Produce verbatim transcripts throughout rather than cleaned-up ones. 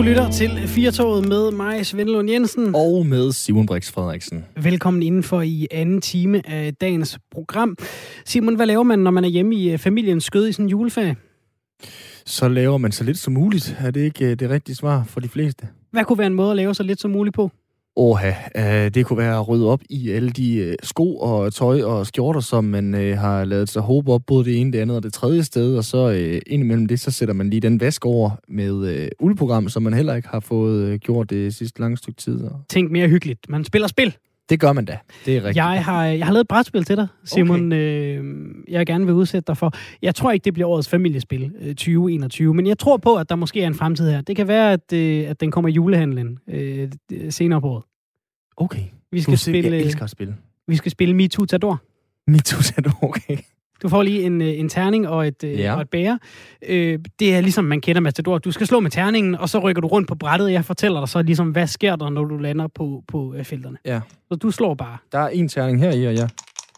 Du lytter til Firtoget med mig, Svend Lund Jensen. Og med Simon Brix Frederiksen. Velkommen indenfor i anden time af dagens program. Simon, hvad laver man, når man er hjemme i familiens skød i sådan en juleferie? Så laver man så lidt som muligt. Er det ikke det rigtige svar for de fleste? Hvad kunne være en måde at lave så lidt som muligt på? Åha, øh, det kunne være at rydde op i alle de øh, sko og tøj og skjorter, som man øh, har lavet sig håbe op, både det ene, det andet og det tredje sted, og så øh, indimellem det, så sætter man lige den vask over med øh, uldprogram, som man heller ikke har fået øh, gjort det sidste lange stykke tid. Tænk mere hyggeligt. Man spiller spil. Det gør man da. Det er rigtigt. Jeg har, jeg har lavet et brætspil til dig, Simon. Okay. Øh, jeg gerne vil udsætte dig for. Jeg tror ikke, det bliver årets familiespil øh, tyve enogtyve, men jeg tror på, at der måske er en fremtid her. Det kan være, at, øh, at den kommer i julehandlen øh, senere på året. Okay. Vi skal se, spille, jeg elsker at spille. Vi skal spille MeToo Tador. MeToo Tador, okay. Du får lige en, en terning og et, ja. og et bære. Øh, det er ligesom, man kender Matador. Du skal slå med terningen, og så rykker du rundt på brættet. Jeg fortæller dig så ligesom, hvad sker der, når du lander på, på øh, felterne. Ja. Så du slår bare. Der er en terning her i, og ja.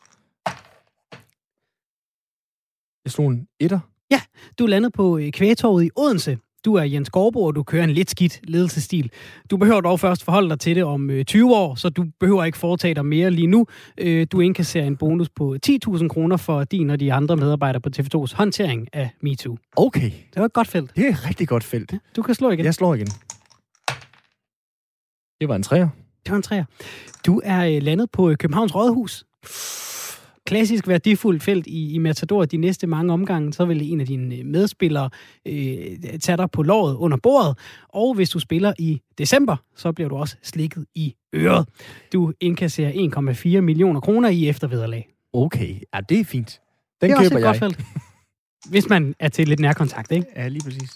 Jeg slog en etter. Ja, du er landet på øh, Kvægtorvet i Odense. Du er Jens Gårdbo, og du kører en lidt skidt ledelsesstil. Du behøver dog først forholde dig til det om øh, tyve år, så du behøver ikke foretage dig mere lige nu. Øh, du indkasserer en bonus på ti tusind kroner for din og de andre medarbejdere på T V to's håndtering af MeToo. Okay. Det var et godt felt. Det er et rigtig godt felt. Ja, du kan slå igen. Jeg slår igen. Det var en træer. Det var en træer. Du er øh, landet på øh, Københavns Rådhus. Klassisk værdifuldt felt i, i Matador de næste mange omgange, så vil en af dine medspillere øh, tage dig på låret under bordet, og hvis du spiller i december, så bliver du også slikket i øret. Du indkasserer en komma fire millioner kroner i eftervederlag. Okay, ja, det er fint. Den det er køber også et jeg. godt felt. Hvis man er til lidt nærkontakt, ikke? Ja, lige præcis.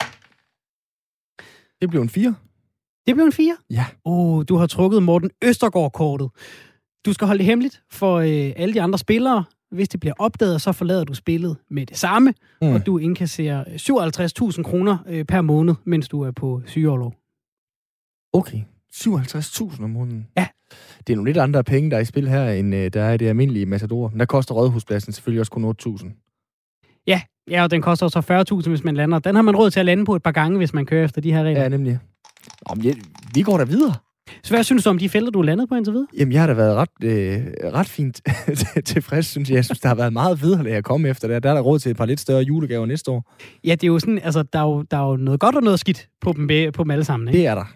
Det blev en fire. Det blev en fire? Ja. Oh, du har trukket Morten Østergaard-kortet. Du skal holde det hemmeligt for øh, alle de andre spillere. Hvis det bliver opdaget, så forlader du spillet med det samme, mm. og du indkasserer syvoghalvtreds tusind kroner øh, per måned, mens du er på sygeorlov. Okay, syvoghalvtreds tusind om måneden. Ja. Det er nogle lidt andre penge, der er i spil her, end øh, der er i det almindelige Matador. Men der koster Rådhuspladsen selvfølgelig også kun otte tusind. Ja, ja, og den koster så fyrre tusind, hvis man lander. Den har man råd til at lande på et par gange, hvis man kører efter de her regler. Ja, nemlig. Nå, men, ja, vi går da videre. Så hvad synes du om de felter, du er landet på indtil videre? Jamen, jeg har da været ret, øh, ret fint tilfreds, synes jeg. Jeg synes, der har været meget videre at komme efter det. Der er der råd til et par lidt større julegaver næste år. Ja, det er jo sådan, altså, der er jo, der er jo noget godt og noget skidt på dem, på dem alle sammen, ikke? Det er der.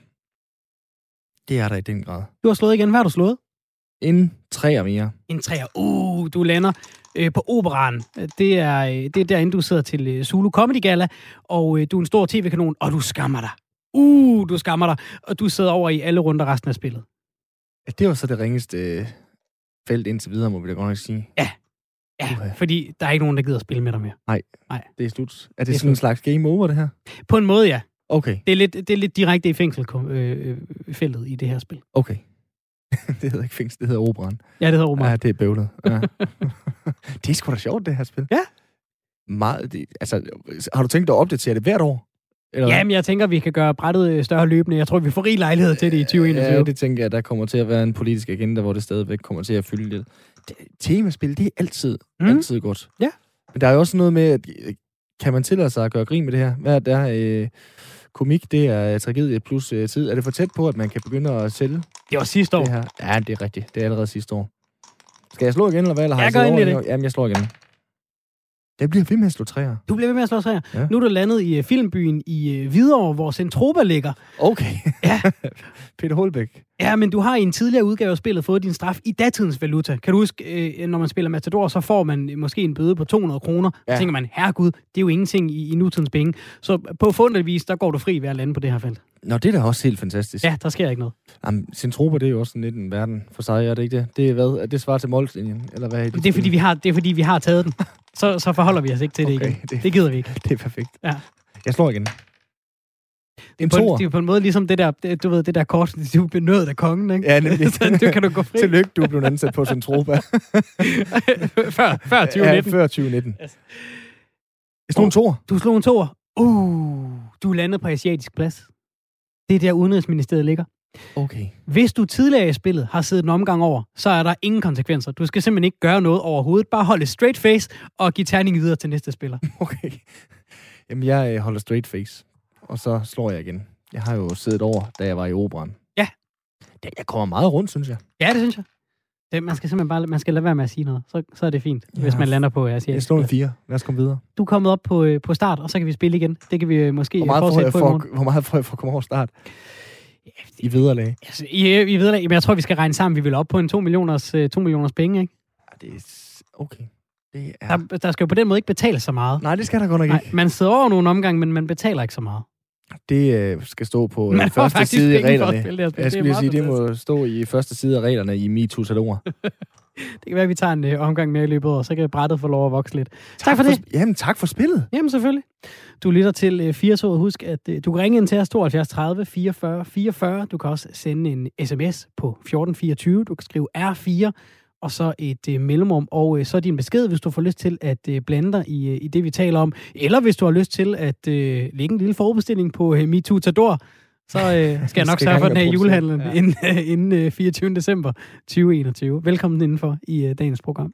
Det er der i den grad. Du har slået igen. Hvad har du slået? En træer mere. En træer. Uh, du lander øh, på Operaen. Det er, det er derinde, du sidder til øh, Zulu Comedy Gala, og øh, du er en stor tv-kanon, og du skammer dig. Uh, du skammer dig, og du sidder over i alle runder resten af spillet. Ja, det var så det ringeste øh, felt indtil videre, må vi da godt nok sige. Ja, ja uh-huh. Fordi der er ikke nogen, der gider at spille med dig mere. Nej, Nej. Det er slut. Er det, det er sådan en slags game over, det her? På en måde, ja. Okay. Det er lidt, det er lidt direkte i fængselfeltet i det her spil. Okay. Det hedder ikke fængsel, det hedder Operaen. Ja, det hedder Operaen. Ja, det er bøvlet. Ja. Det er sgu da sjovt, det her spil. Ja. Meget, det, altså, har du tænkt dig at opdatere det hvert år? Eller? Jamen, jeg tænker, vi kan gøre brættet større løbende. Jeg tror, vi får rig lejlighed til det i tyve enogtyve. Ja, det tænker jeg, der kommer til at være en politisk agenda, hvor det stadigvæk kommer til at fylde lidt. Det, temaspil, det er altid, mm. altid godt. Ja. Men der er jo også noget med, at kan man tillade sig at gøre grin med det her? Hvad er der? Øh, komik, det er tragedie plus øh, tid. Er det for tæt på, at man kan begynde at sælge? Det var sidste år. Det her? Ja, det er rigtigt. Det er allerede sidste år. Skal jeg slå igen, eller hvad? Eller har jeg gør endelig det. Jamen, jeg slår igen. Jeg bliver ved med at slå træer. Du bliver ved med at slå træer. Ja. Nu er du landet i uh, filmbyen i uh, Hvidovre, hvor Centropa ligger. Okay. Ja. Peter Holbæk. Ja, men du har i en tidligere udgave af spillet fået din straf i datidens valuta. Kan du huske, uh, når man spiller Matador, så får man måske en bøde på to hundrede kroner. Ja. Så tænker man, herregud, det er jo ingenting i, i nutidens penge. Så på fundelvis, der går du fri ved at lande på det her felt. Nå, det er da også helt fantastisk. Ja, der sker ikke noget. Jamen, Centropa, det er jo også sådan lidt en verden for sig, er det ikke det? Det er hvad? Er det svarer til Molslinjen, eller hvad er det? Det er, fordi vi har, det er, fordi vi har taget den. Så, så forholder vi os ikke til okay, det igen. Det, det gider vi ikke. Det er perfekt. Ja. Jeg slår igen. En på, toer. Det er på en måde ligesom det der, du ved, det der kort, du blev nødt af kongen, ikke? Ja, nemlig. Så du kan du gå fri. Tillykke, du er blevet ansat på Centropa. før, før tyve nitten. Ja, før tyve nitten. Jeg slog en toer. Du slog en toer. Uh, du landede på asiatisk plads. Det er der Udenrigsministeriet ligger. Okay. Hvis du tidligere i spillet har siddet en omgang over, så er der ingen konsekvenser. Du skal simpelthen ikke gøre noget overhovedet. Bare holde straight face og give terning videre til næste spiller. Okay. Jamen, jeg holder straight face, og så slår jeg igen. Jeg har jo siddet over, da jeg var i operan. Ja. Jeg kommer meget rundt, synes jeg. Ja, det synes jeg. Det, man skal simpelthen bare man skal lade være med at sige noget. Så, så er det fint, ja, hvis man lander på asiatisk. Jeg står en fire. Lad os komme videre. Du er kommet op på, på start, og så kan vi spille igen. Det kan vi måske fortsætte på i morgen. Hvor meget får jeg for at komme over start? I vederlag. Altså, i, i vederlag. Men jeg tror, vi skal regne sammen. Vi vil op på en to millioners, to millioners penge, ikke? Ja, det er... Okay. Det er... Der, der skal jo på den måde ikke betale så meget. Nej, det skal der godt nok Nej, ikke. Man sidder over nogle omgange, men man betaler ikke så meget. Det øh, skal stå på øh, første side i reglerne. Spille, det jeg skulle lige sige, det må stå i første side af reglerne i MeToo-salor. Det kan være, at vi tager en øh, omgang mere i løbet af år, så kan brættet få lov at vokse lidt. Tak, tak for, for det. Jamen, tak for spillet. Jamen, selvfølgelig. Du lytter til øh, fire-toget. Husk, at øh, du kan ringe ind til os tooghalvfjerds tredive fireogfyrre fireogfyrre. Du kan også sende en sms på fjorten fireogtyve. Du kan skrive R fire og så et øh, mellemrum, og øh, så din besked, hvis du får lyst til at øh, blande dig i, øh, i det, vi taler om, eller hvis du har lyst til at øh, lægge en lille forbestilling på øh, MeToo Tador, så øh, skal jeg nok sørge for den her julehandlen ja. inden, øh, inden øh, fireogtyvende december tyve enogtyve. Velkommen indenfor i øh, dagens program.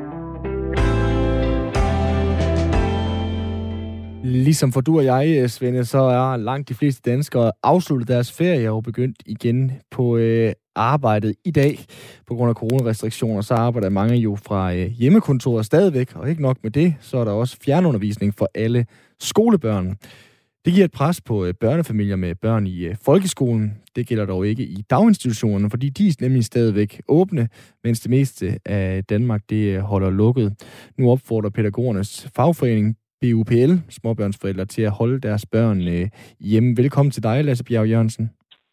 Ligesom for du og jeg, Svende, så er langt de fleste danskere afsluttet deres ferie og begyndt igen på øh, arbejdet i dag. På grund af coronarestriktioner, så arbejder mange jo fra øh, hjemmekontoret stadigvæk, og ikke nok med det, så er der også fjernundervisning for alle skolebørn. Det giver et pres på øh, børnefamilier med børn i øh, folkeskolen. Det gælder dog ikke i daginstitutionerne, fordi de er nemlig stadigvæk åbne, mens det meste af Danmark det holder lukket. Nu opfordrer pædagogernes fagforening B U P L, småbørnsforældre, til at holde deres børn øh, hjemme. Velkommen til dig, Lasse Bjerg Jørgensen.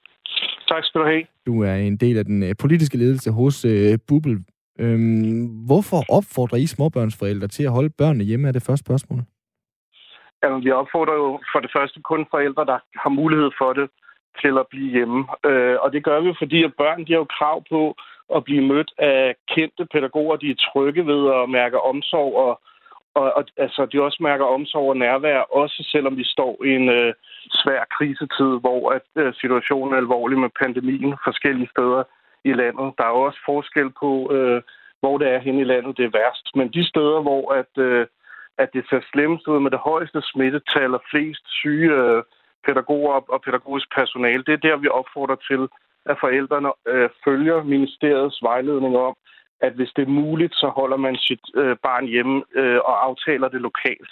Tak skal du have. Du er en del af den øh, politiske ledelse hos øh, Bubel. Øhm, hvorfor opfordrer I småbørnsforældre til at holde børnene hjemme, er det første spørgsmål? Jamen, vi opfordrer jo for det første kun forældre, der har mulighed for det, til at blive hjemme. Øh, og det gør vi jo, fordi at børn de har jo krav på at blive mødt af kendte pædagoger, de er trygge ved at mærke omsorg og Og, og altså, de også mærker omsorg og nærvær, også selvom vi står i en øh, svær krisetid, hvor at, øh, situationen er alvorlig med pandemien forskellige steder i landet. Der er jo også forskel på, øh, hvor det er hen i landet, det er værst. Men de steder, hvor at, øh, at det ser slemmest ud med det højeste smittetal og flest syge øh, pædagoger og pædagogisk personale, det er der, vi opfordrer til, at forældrene øh, følger ministeriets vejledning om, at hvis det er muligt, så holder man sit øh, barn hjemme øh, og aftaler det lokalt.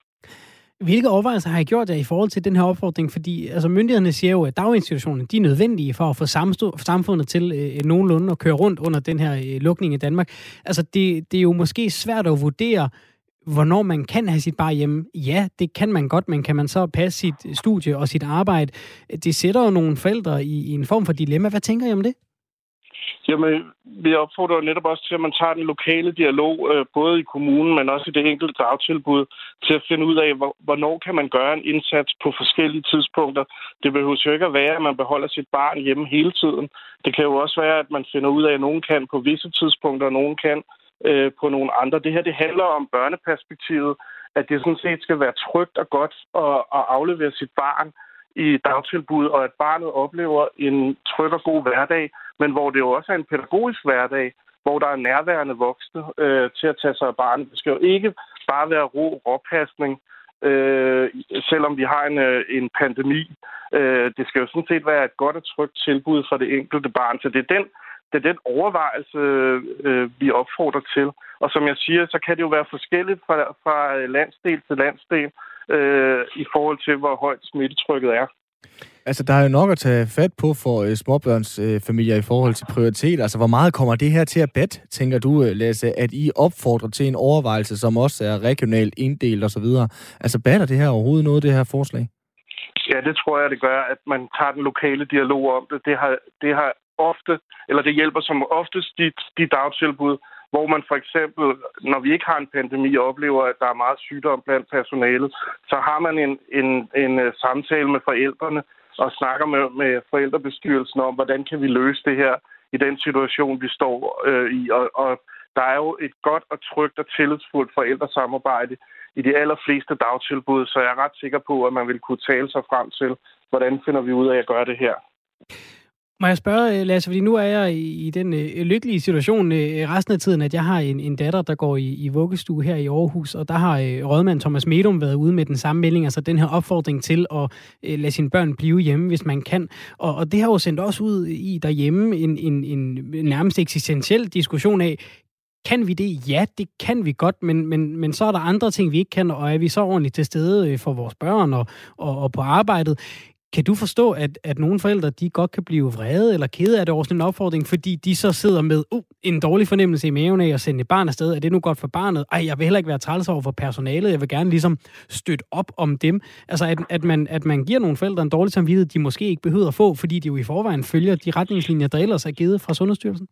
Hvilke overvejelser har I gjort jer i forhold til den her opfordring? Fordi altså, myndighederne siger jo, at daginstitutionerne de er nødvendige for at få samfundet til øh, nogenlunde at køre rundt under den her øh, lukning i Danmark. Altså, det, det er jo måske svært at vurdere, hvornår man kan have sit barn hjemme. Ja, det kan man godt, men kan man så passe sit studie og sit arbejde? Det sætter jo nogle forældre i, i en form for dilemma. Hvad tænker I om det? Jamen, vi opfordrer netop også til, at man tager den lokale dialog, øh, både i kommunen, men også i det enkelte dagtilbud, til at finde ud af, hvornår kan man gøre en indsats på forskellige tidspunkter. Det behøver jo ikke at være, at man beholder sit barn hjemme hele tiden. Det kan jo også være, at man finder ud af, at nogen kan på visse tidspunkter, og nogen kan øh, på nogle andre. Det her, det handler om børneperspektivet, at det sådan set skal være trygt og godt at, at aflevere sit barn i dagtilbud, og at barnet oplever en tryg og god hverdag, men hvor det jo også er en pædagogisk hverdag, hvor der er nærværende voksne øh, til at tage sig af barnet. Det skal jo ikke bare være ro råpasning, øh, selvom vi har en, øh, en pandemi. Øh, det skal jo sådan set være et godt og trygt tilbud for det enkelte barn. Så det er den, det er den overvejelse, øh, vi opfordrer til. Og som jeg siger, så kan det jo være forskelligt fra, fra landsdel til landsdel, øh, i forhold til, hvor højt smittetrykket er. Altså, der er jo nok at tage fat på for øh, småbørnsfamilier øh, i forhold til prioritet. Altså, hvor meget kommer det her til at bat, tænker du, Lasse, at I opfordrer til en overvejelse, som også er regionalt inddelt osv.? Altså, batter det her overhovedet noget, det her forslag? Ja, det tror jeg, det gør, at man tager den lokale dialog om det. Det har, det har ofte, eller det hjælper som oftest de, de dagtilbud, hvor man for eksempel, når vi ikke har en pandemi, oplever, at der er meget sygdom blandt personalet, så har man en, en, en samtale med forældrene og snakker med, med forældrebestyrelsen om, hvordan kan vi løse det her i den situation, vi står øh, i. Og, og der er jo et godt og trygt og tillidsfuldt forældresamarbejde i de allerfleste dagtilbud, så jeg er ret sikker på, at man vil kunne tale sig frem til, hvordan finder vi ud af at gøre det her. Må jeg spørge, Lasse, fordi nu er jeg i den øh, lykkelige situation øh, resten af tiden, at jeg har en, en datter, der går i, i vuggestue her i Aarhus, og der har øh, rådmand Thomas Medum været ude med den samme melding, altså den her opfordring til at øh, lade sine børn blive hjemme, hvis man kan. Og, og det har jo sendt også ud i derhjemme en, en, en nærmest eksistentiel diskussion af, kan vi det? Ja, det kan vi godt, men, men, men så er der andre ting, vi ikke kan, og er vi så ordentligt til stede for vores børn og, og, og på arbejdet? Kan du forstå, at, at nogle forældre, de godt kan blive vrede eller kede af det over sådan en opfordring, fordi de så sidder med uh, en dårlig fornemmelse i maven af at sende et barn afsted? Er det nu godt for barnet? Ej, jeg vil heller ikke være træls over for personalet. Jeg vil gerne ligesom støtte op om dem. Altså, at, at, man, at man giver nogle forældre en dårlig samvittighed, de måske ikke behøver at få, fordi de jo i forvejen følger de retningslinjer, der ellers er givet fra Sundhedsstyrelsen?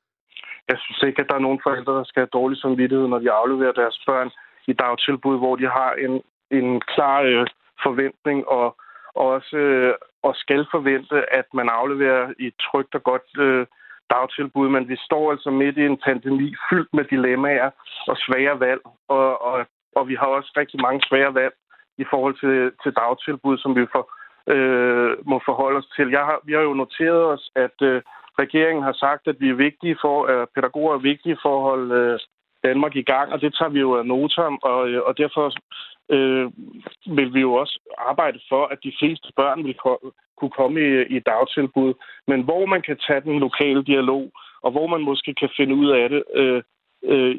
Jeg synes ikke, at der er nogen forældre, der skal have dårlig samvittighed, når de afleverer deres børn i dagtilbud, hvor de har en, en klar øh, forventning og og også øh, og skal forvente, at man afleverer i et trygt og godt øh, dagtilbud. Men vi står altså midt i en pandemi fyldt med dilemmaer og svære valg, og, og, og vi har også rigtig mange svære valg i forhold til, til dagtilbud, som vi for, øh, må forholde os til. Jeg har, vi har jo noteret os, at øh, regeringen har sagt, at vi er vigtige for, at pædagoger er vigtige for at holde øh, Danmark i gang, og det tager vi jo af notam, og, og derfor øh, vil vi jo også arbejde for, at de fleste børn vil ko- kunne komme i, i dagtilbud, men hvor man kan tage den lokale dialog, og hvor man måske kan finde ud af det øh, øh,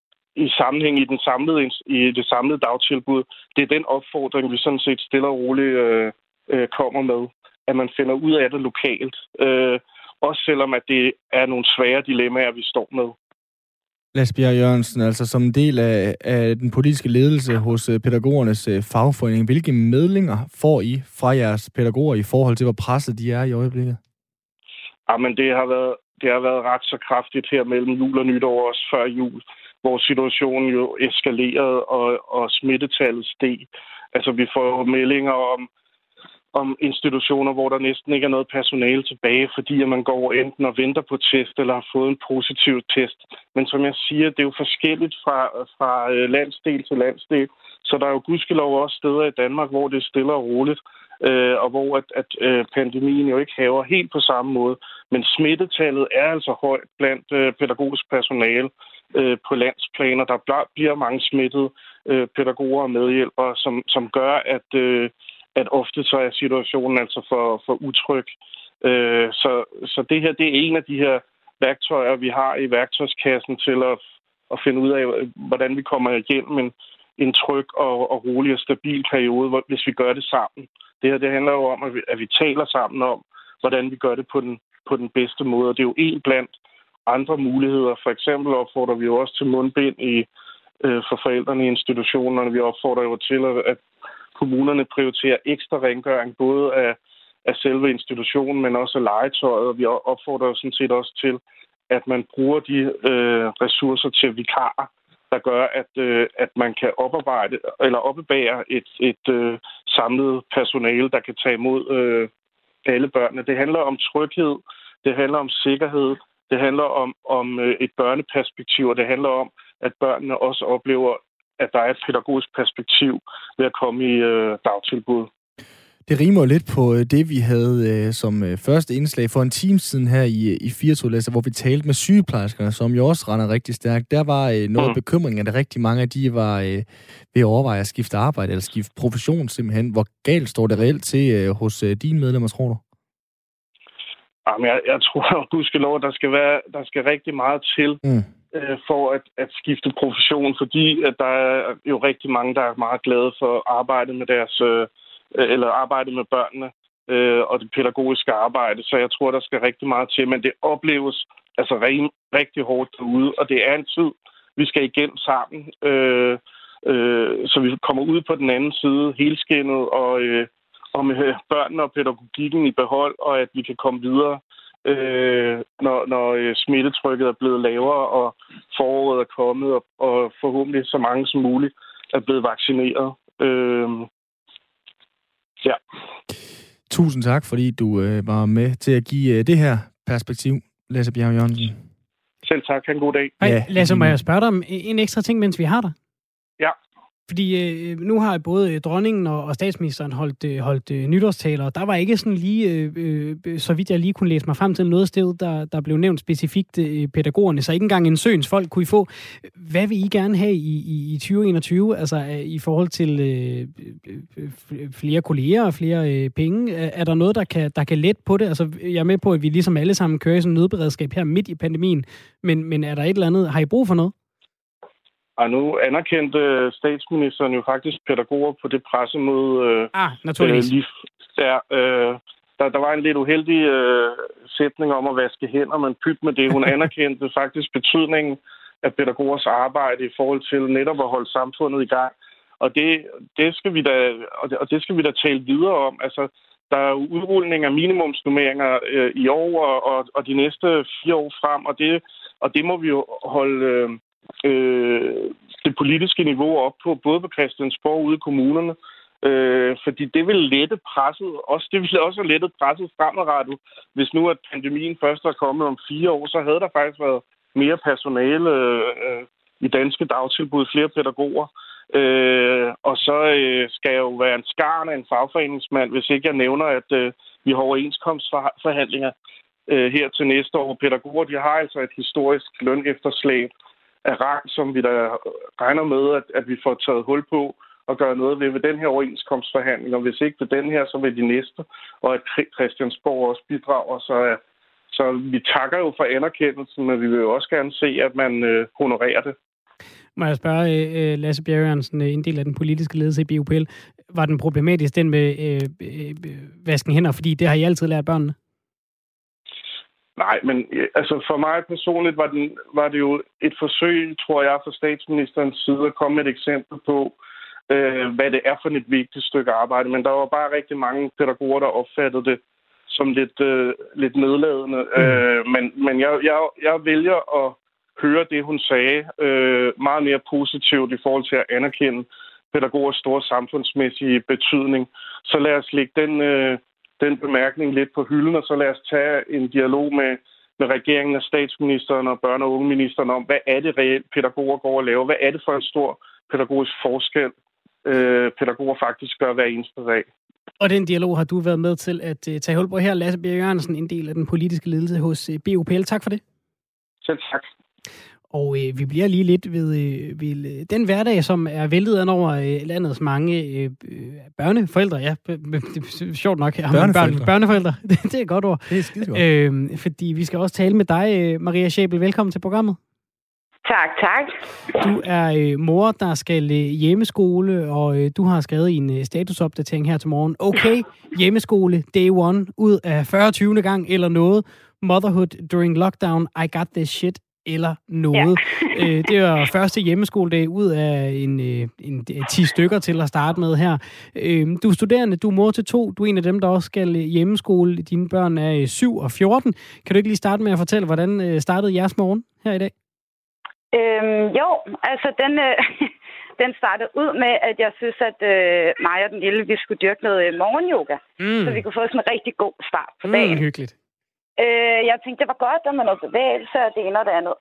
i sammenhæng i, den samlede, i det samlede dagtilbud, det er den opfordring, vi sådan set stille og roligt øh, øh, kommer med, at man finder ud af det lokalt, øh, også selvom at det er nogle svære dilemmaer, vi står med. Lasse Bjerg Jørgensen, altså som en del af, af den politiske ledelse hos pædagogernes øh, fagforening, hvilke medlinger får I fra jeres pædagoger i forhold til, hvor presset de er i øjeblikket? Jamen, det har været, det har været ret så kraftigt her mellem jul og nytår, også før jul, hvor situationen jo eskalerede og, og smittetallet steg. Altså, vi får meldinger om, om institutioner, hvor der næsten ikke er noget personale tilbage, fordi at man går enten og venter på test, eller har fået en positiv test. Men som jeg siger, det er jo forskelligt fra, fra landsdel til landsdel, så der er jo gudskelov også steder i Danmark, hvor det er stille og roligt, øh, og hvor at, at øh, pandemien jo ikke haver helt på samme måde. Men smittetallet er altså højt blandt øh, pædagogisk personale øh, på landsplaner. Der bliver mange smittede øh, pædagoger og medhjælpere, som, som gør, at øh, at ofte så er situationen altså for, for utryg. Øh, så, så det her, det er en af de her værktøjer, vi har i værktøjskassen til at, at finde ud af, hvordan vi kommer igennem en, en tryg og, og rolig og stabil periode, hvis vi gør det sammen. Det her, det handler jo om, at vi, at vi taler sammen om, hvordan vi gør det på den, på den bedste måde. Og det er jo en blandt andre muligheder. For eksempel opfordrer vi jo også til mundbind i, øh, for forældrene i institutionerne. Vi opfordrer jo til, at kommunerne prioriterer ekstra rengøring, både af, af selve institutionen, men også af legetøjet. Og vi opfordrer sådan set også til, at man bruger de øh, ressourcer til vikarer, der gør, at, øh, at man kan oparbejde eller opbebære et, et øh, samlet personale, der kan tage imod øh, alle børnene. Det handler om tryghed, det handler om sikkerhed, det handler om, om øh, et børneperspektiv, og det handler om, at børnene også oplever, at der er et pædagogisk perspektiv ved at komme i øh, dagtilbud. Det rimer jo lidt på det, vi havde øh, som øh, første indslag for en time siden her i, i Firtolæsser, hvor vi talte med sygeplejerskerne, som jo også render rigtig stærkt. Der var øh, noget mm. bekymring, at rigtig mange af de var øh, ved at overveje at skifte arbejde eller skifte profession simpelthen. Hvor galt står det reelt til øh, hos øh, dine medlemmer, tror du? Jamen, jeg, jeg tror, gudskelov, der skal være, der skal rigtig meget til. Mm. for at, at skifte profession, fordi at der er jo rigtig mange, der er meget glade for at arbejde med deres, øh, eller arbejde med børnene øh, og det pædagogiske arbejde, så jeg tror, der skal rigtig meget til, men det opleves altså rigtig, rigtig hårdt derude, og det er en tid, vi skal igen sammen, øh, øh, så vi kommer ud på den anden side helskindet og, øh, og med børnene og pædagogikken i behold, og at vi kan komme videre, Øh, når, når smittetrykket er blevet lavere, og foråret er kommet, og, og forhåbentlig så mange som muligt er blevet vaccineret. Øh, ja. Tusind tak, fordi du øh, var med til at give øh, det her perspektiv, Lasse Bjerg Jørgensen. Selv tak. Ha' en god dag. Hej, ja. Lasse, må jeg spørge dig om en ekstra ting, mens vi har dig? Ja. Fordi øh, nu har både dronningen og, og statsministeren holdt, øh, holdt øh, nytårstaler, og der var ikke sådan lige, øh, øh, så vidt jeg lige kunne læse mig frem til noget sted, der, der blev nævnt specifikt øh, pædagogerne, så ikke engang en søens folk kunne I få. Hvad vil I gerne have i, i, i tyve enogtyve, altså øh, i forhold til øh, øh, flere kolleger og flere øh, penge? Er der noget, der kan, der kan lette på det? Altså, jeg er med på, at vi ligesom alle sammen kører i sådan en nødberedskab her midt i pandemien, men, men er der et eller andet, har I brug for noget? Og nu anerkendte statsministeren jo faktisk pædagoger på det pressemøde. Øh, ah, naturligvis. Øh, lige, der, øh, der, der var en lidt uheldig øh, sætning om at vaske hænder, men pyt med det. Hun anerkendte faktisk betydningen af pædagogers arbejde i forhold til netop at holde samfundet i gang. Og det, det, skal, vi da, og det, og det skal vi da tale videre om. Altså, der er jo udrulning af minimumsnormeringer øh, i år og, og, og de næste fire år frem, og det, og det må vi jo holde... Øh, Øh, det politiske niveau op på, både på Christiansborg og ude i kommunerne. Øh, fordi det vil lette presset, også, det ville også have lettet presset fremadrettet. Hvis nu at pandemien først er kommet om fire år, så havde der faktisk været mere personale øh, i danske dagtilbud, flere pædagoger. Øh, og så øh, skal jeg jo være en skarn af en fagforeningsmand, hvis ikke jeg nævner, at øh, vi har overenskomstforhandlinger øh, her til næste år. Pædagoger, de har altså et historisk lønefterslæb af rang, som vi da regner med, at, at vi får taget hul på og gøre noget ved ved den her overenskomstforhandling. Og hvis ikke ved den her, så ved de næste. Og at Christiansborg også bidrager. Så, så vi takker jo for anerkendelsen, men vi vil jo også gerne se, at man øh, honorerer det. Må jeg spørge, øh, Lasse Bjerg-Jørgensen, en del af den politiske ledelse i B U P L, var den problematisk, den med øh, øh, vasken hænder? Fordi det har I altid lært børnene. Nej, men altså for mig personligt var, den, var det jo et forsøg, tror jeg, fra statsministerens side at komme med et eksempel på, øh, hvad det er for et vigtigt stykke arbejde. Men der var bare rigtig mange pædagoger, der opfattede det som lidt, øh, lidt nedladende. Mm. Øh, men men jeg, jeg, jeg vælger at høre det, hun sagde, øh, meget mere positivt i forhold til at anerkende pædagogers store samfundsmæssige betydning. Så lad os lægge den... Øh, den bemærkning lidt på hylden, og så lad os tage en dialog med, med regeringen og statsministeren og børne- og ungeministeren om, hvad er det reelt pædagoger går og laver? Hvad er det for en stor pædagogisk forskel, øh, pædagoger faktisk gør hver eneste dag? Og den dialog har du været med til at uh, tage hul på her. Lasse Bjerg-Jørgensen, en del af den politiske ledelse hos uh, B U P L. Tak for det. Selv tak. Og øh, vi bliver lige lidt ved, øh, ved den hverdag, som er væltet an over øh, landets mange øh, børneforældre. Ja, sjovt nok. Børneforældre. Børn, børneforældre. Det, det er et godt ord. Det er skide godt. Øh, fordi vi skal også tale med dig, Maria Schæbel. Velkommen til programmet. Tak, tak. Du er øh, mor, der skal øh, hjemmeskole, og øh, du har skrevet i en øh, statusopdatering her til morgen. Okay, hjemmeskole, day one, ud af fyrre-tyvende gang eller noget. Motherhood during lockdown, I got this shit. Eller noget. Ja. øh, det var første hjemmeskoledag ud af en, en, en ti stykker til at starte med her. Øh, du er studerende, du er mor til to, du er en af dem, der også skal hjemmeskole. Dine børn er syv og fjorten. Kan du ikke lige starte med at fortælle, hvordan startede jeres morgen her i dag? Øhm, jo, altså den, øh, den startede ud med, at jeg synes, at øh, mig og den lille, vi skulle dyrke noget morgenyoga. Mm. Så vi kunne få sådan en rigtig god start på dagen. Mm, hyggeligt. Øh, jeg tænkte, det var godt, at man noget bevægelse og det ene og det andet.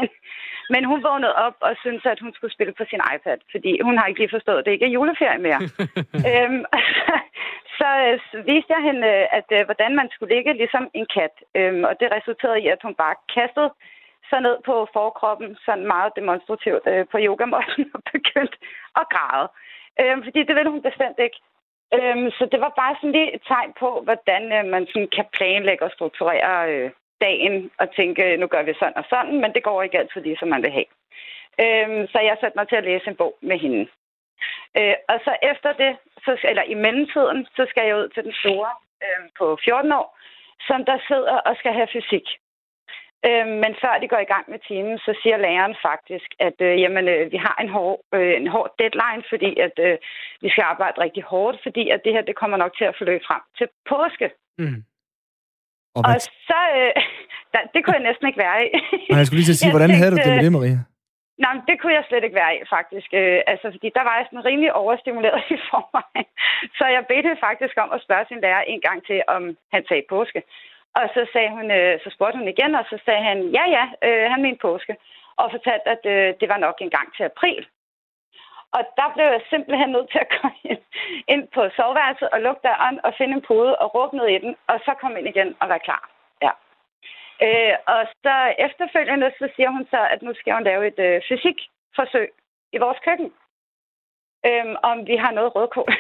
Men hun vågnede op og syntes, at hun skulle spille på sin iPad, fordi hun har ikke lige forstået, at det ikke er juleferie mere. øhm, så, så viste jeg hende, at uh, hvordan man skulle ligge ligesom en kat. Øhm, og det resulterede i, at hun bare kastede sig ned på forkroppen, sådan meget demonstrativt øh, på yogamåtten og begyndte at græde. Øhm, fordi det ville hun bestemt ikke. Øhm, så det var bare sådan lige et tegn på, hvordan øh, man sådan kan planlægge og strukturere øh, dagen og tænke, nu gør vi sådan og sådan, men det går ikke altid lige, som man vil have. Øhm, så jeg satte mig til at læse en bog med hende. Øh, og så efter det, så, eller i mellemtiden, så skal jeg ud til den store øh, på fjorten år, som der sidder og skal have fysik. Øh, men før de går i gang med timen, så siger læreren faktisk, at øh, jamen, øh, vi har en hård, øh, en hård deadline, fordi at øh, vi skal arbejde rigtig hårdt, fordi at det her det kommer nok til at forløbe frem til påske. Mm. Og, og så, øh, der, det kunne jeg næsten ikke være i. Nej, jeg skulle lige til at sige, hvordan tænkte, havde du det med det, Maria? Nej, det kunne jeg slet ikke være i, faktisk. Øh, altså, fordi der var jeg sådan rimelig overstimuleret i forvejen. Så jeg bedte hende faktisk om at spørge sin lærer en gang til, om han sagde påske. Og så sagde hun, øh, så spurgte hun igen, og så sagde han, ja, ja, øh, han mente påske. Og fortalte, at øh, det var nok en gang til april. Og der blev jeg simpelthen nødt til at gå ind, ind på soveværelset og lukke døren og finde en pude og råbe ned i den, og så komme ind igen og være klar. Ja. Øh, og så efterfølgende, så siger hun så, at nu skal hun lave et øh, fysikforsøg i vores køkken. Øhm, om vi har noget rødkål.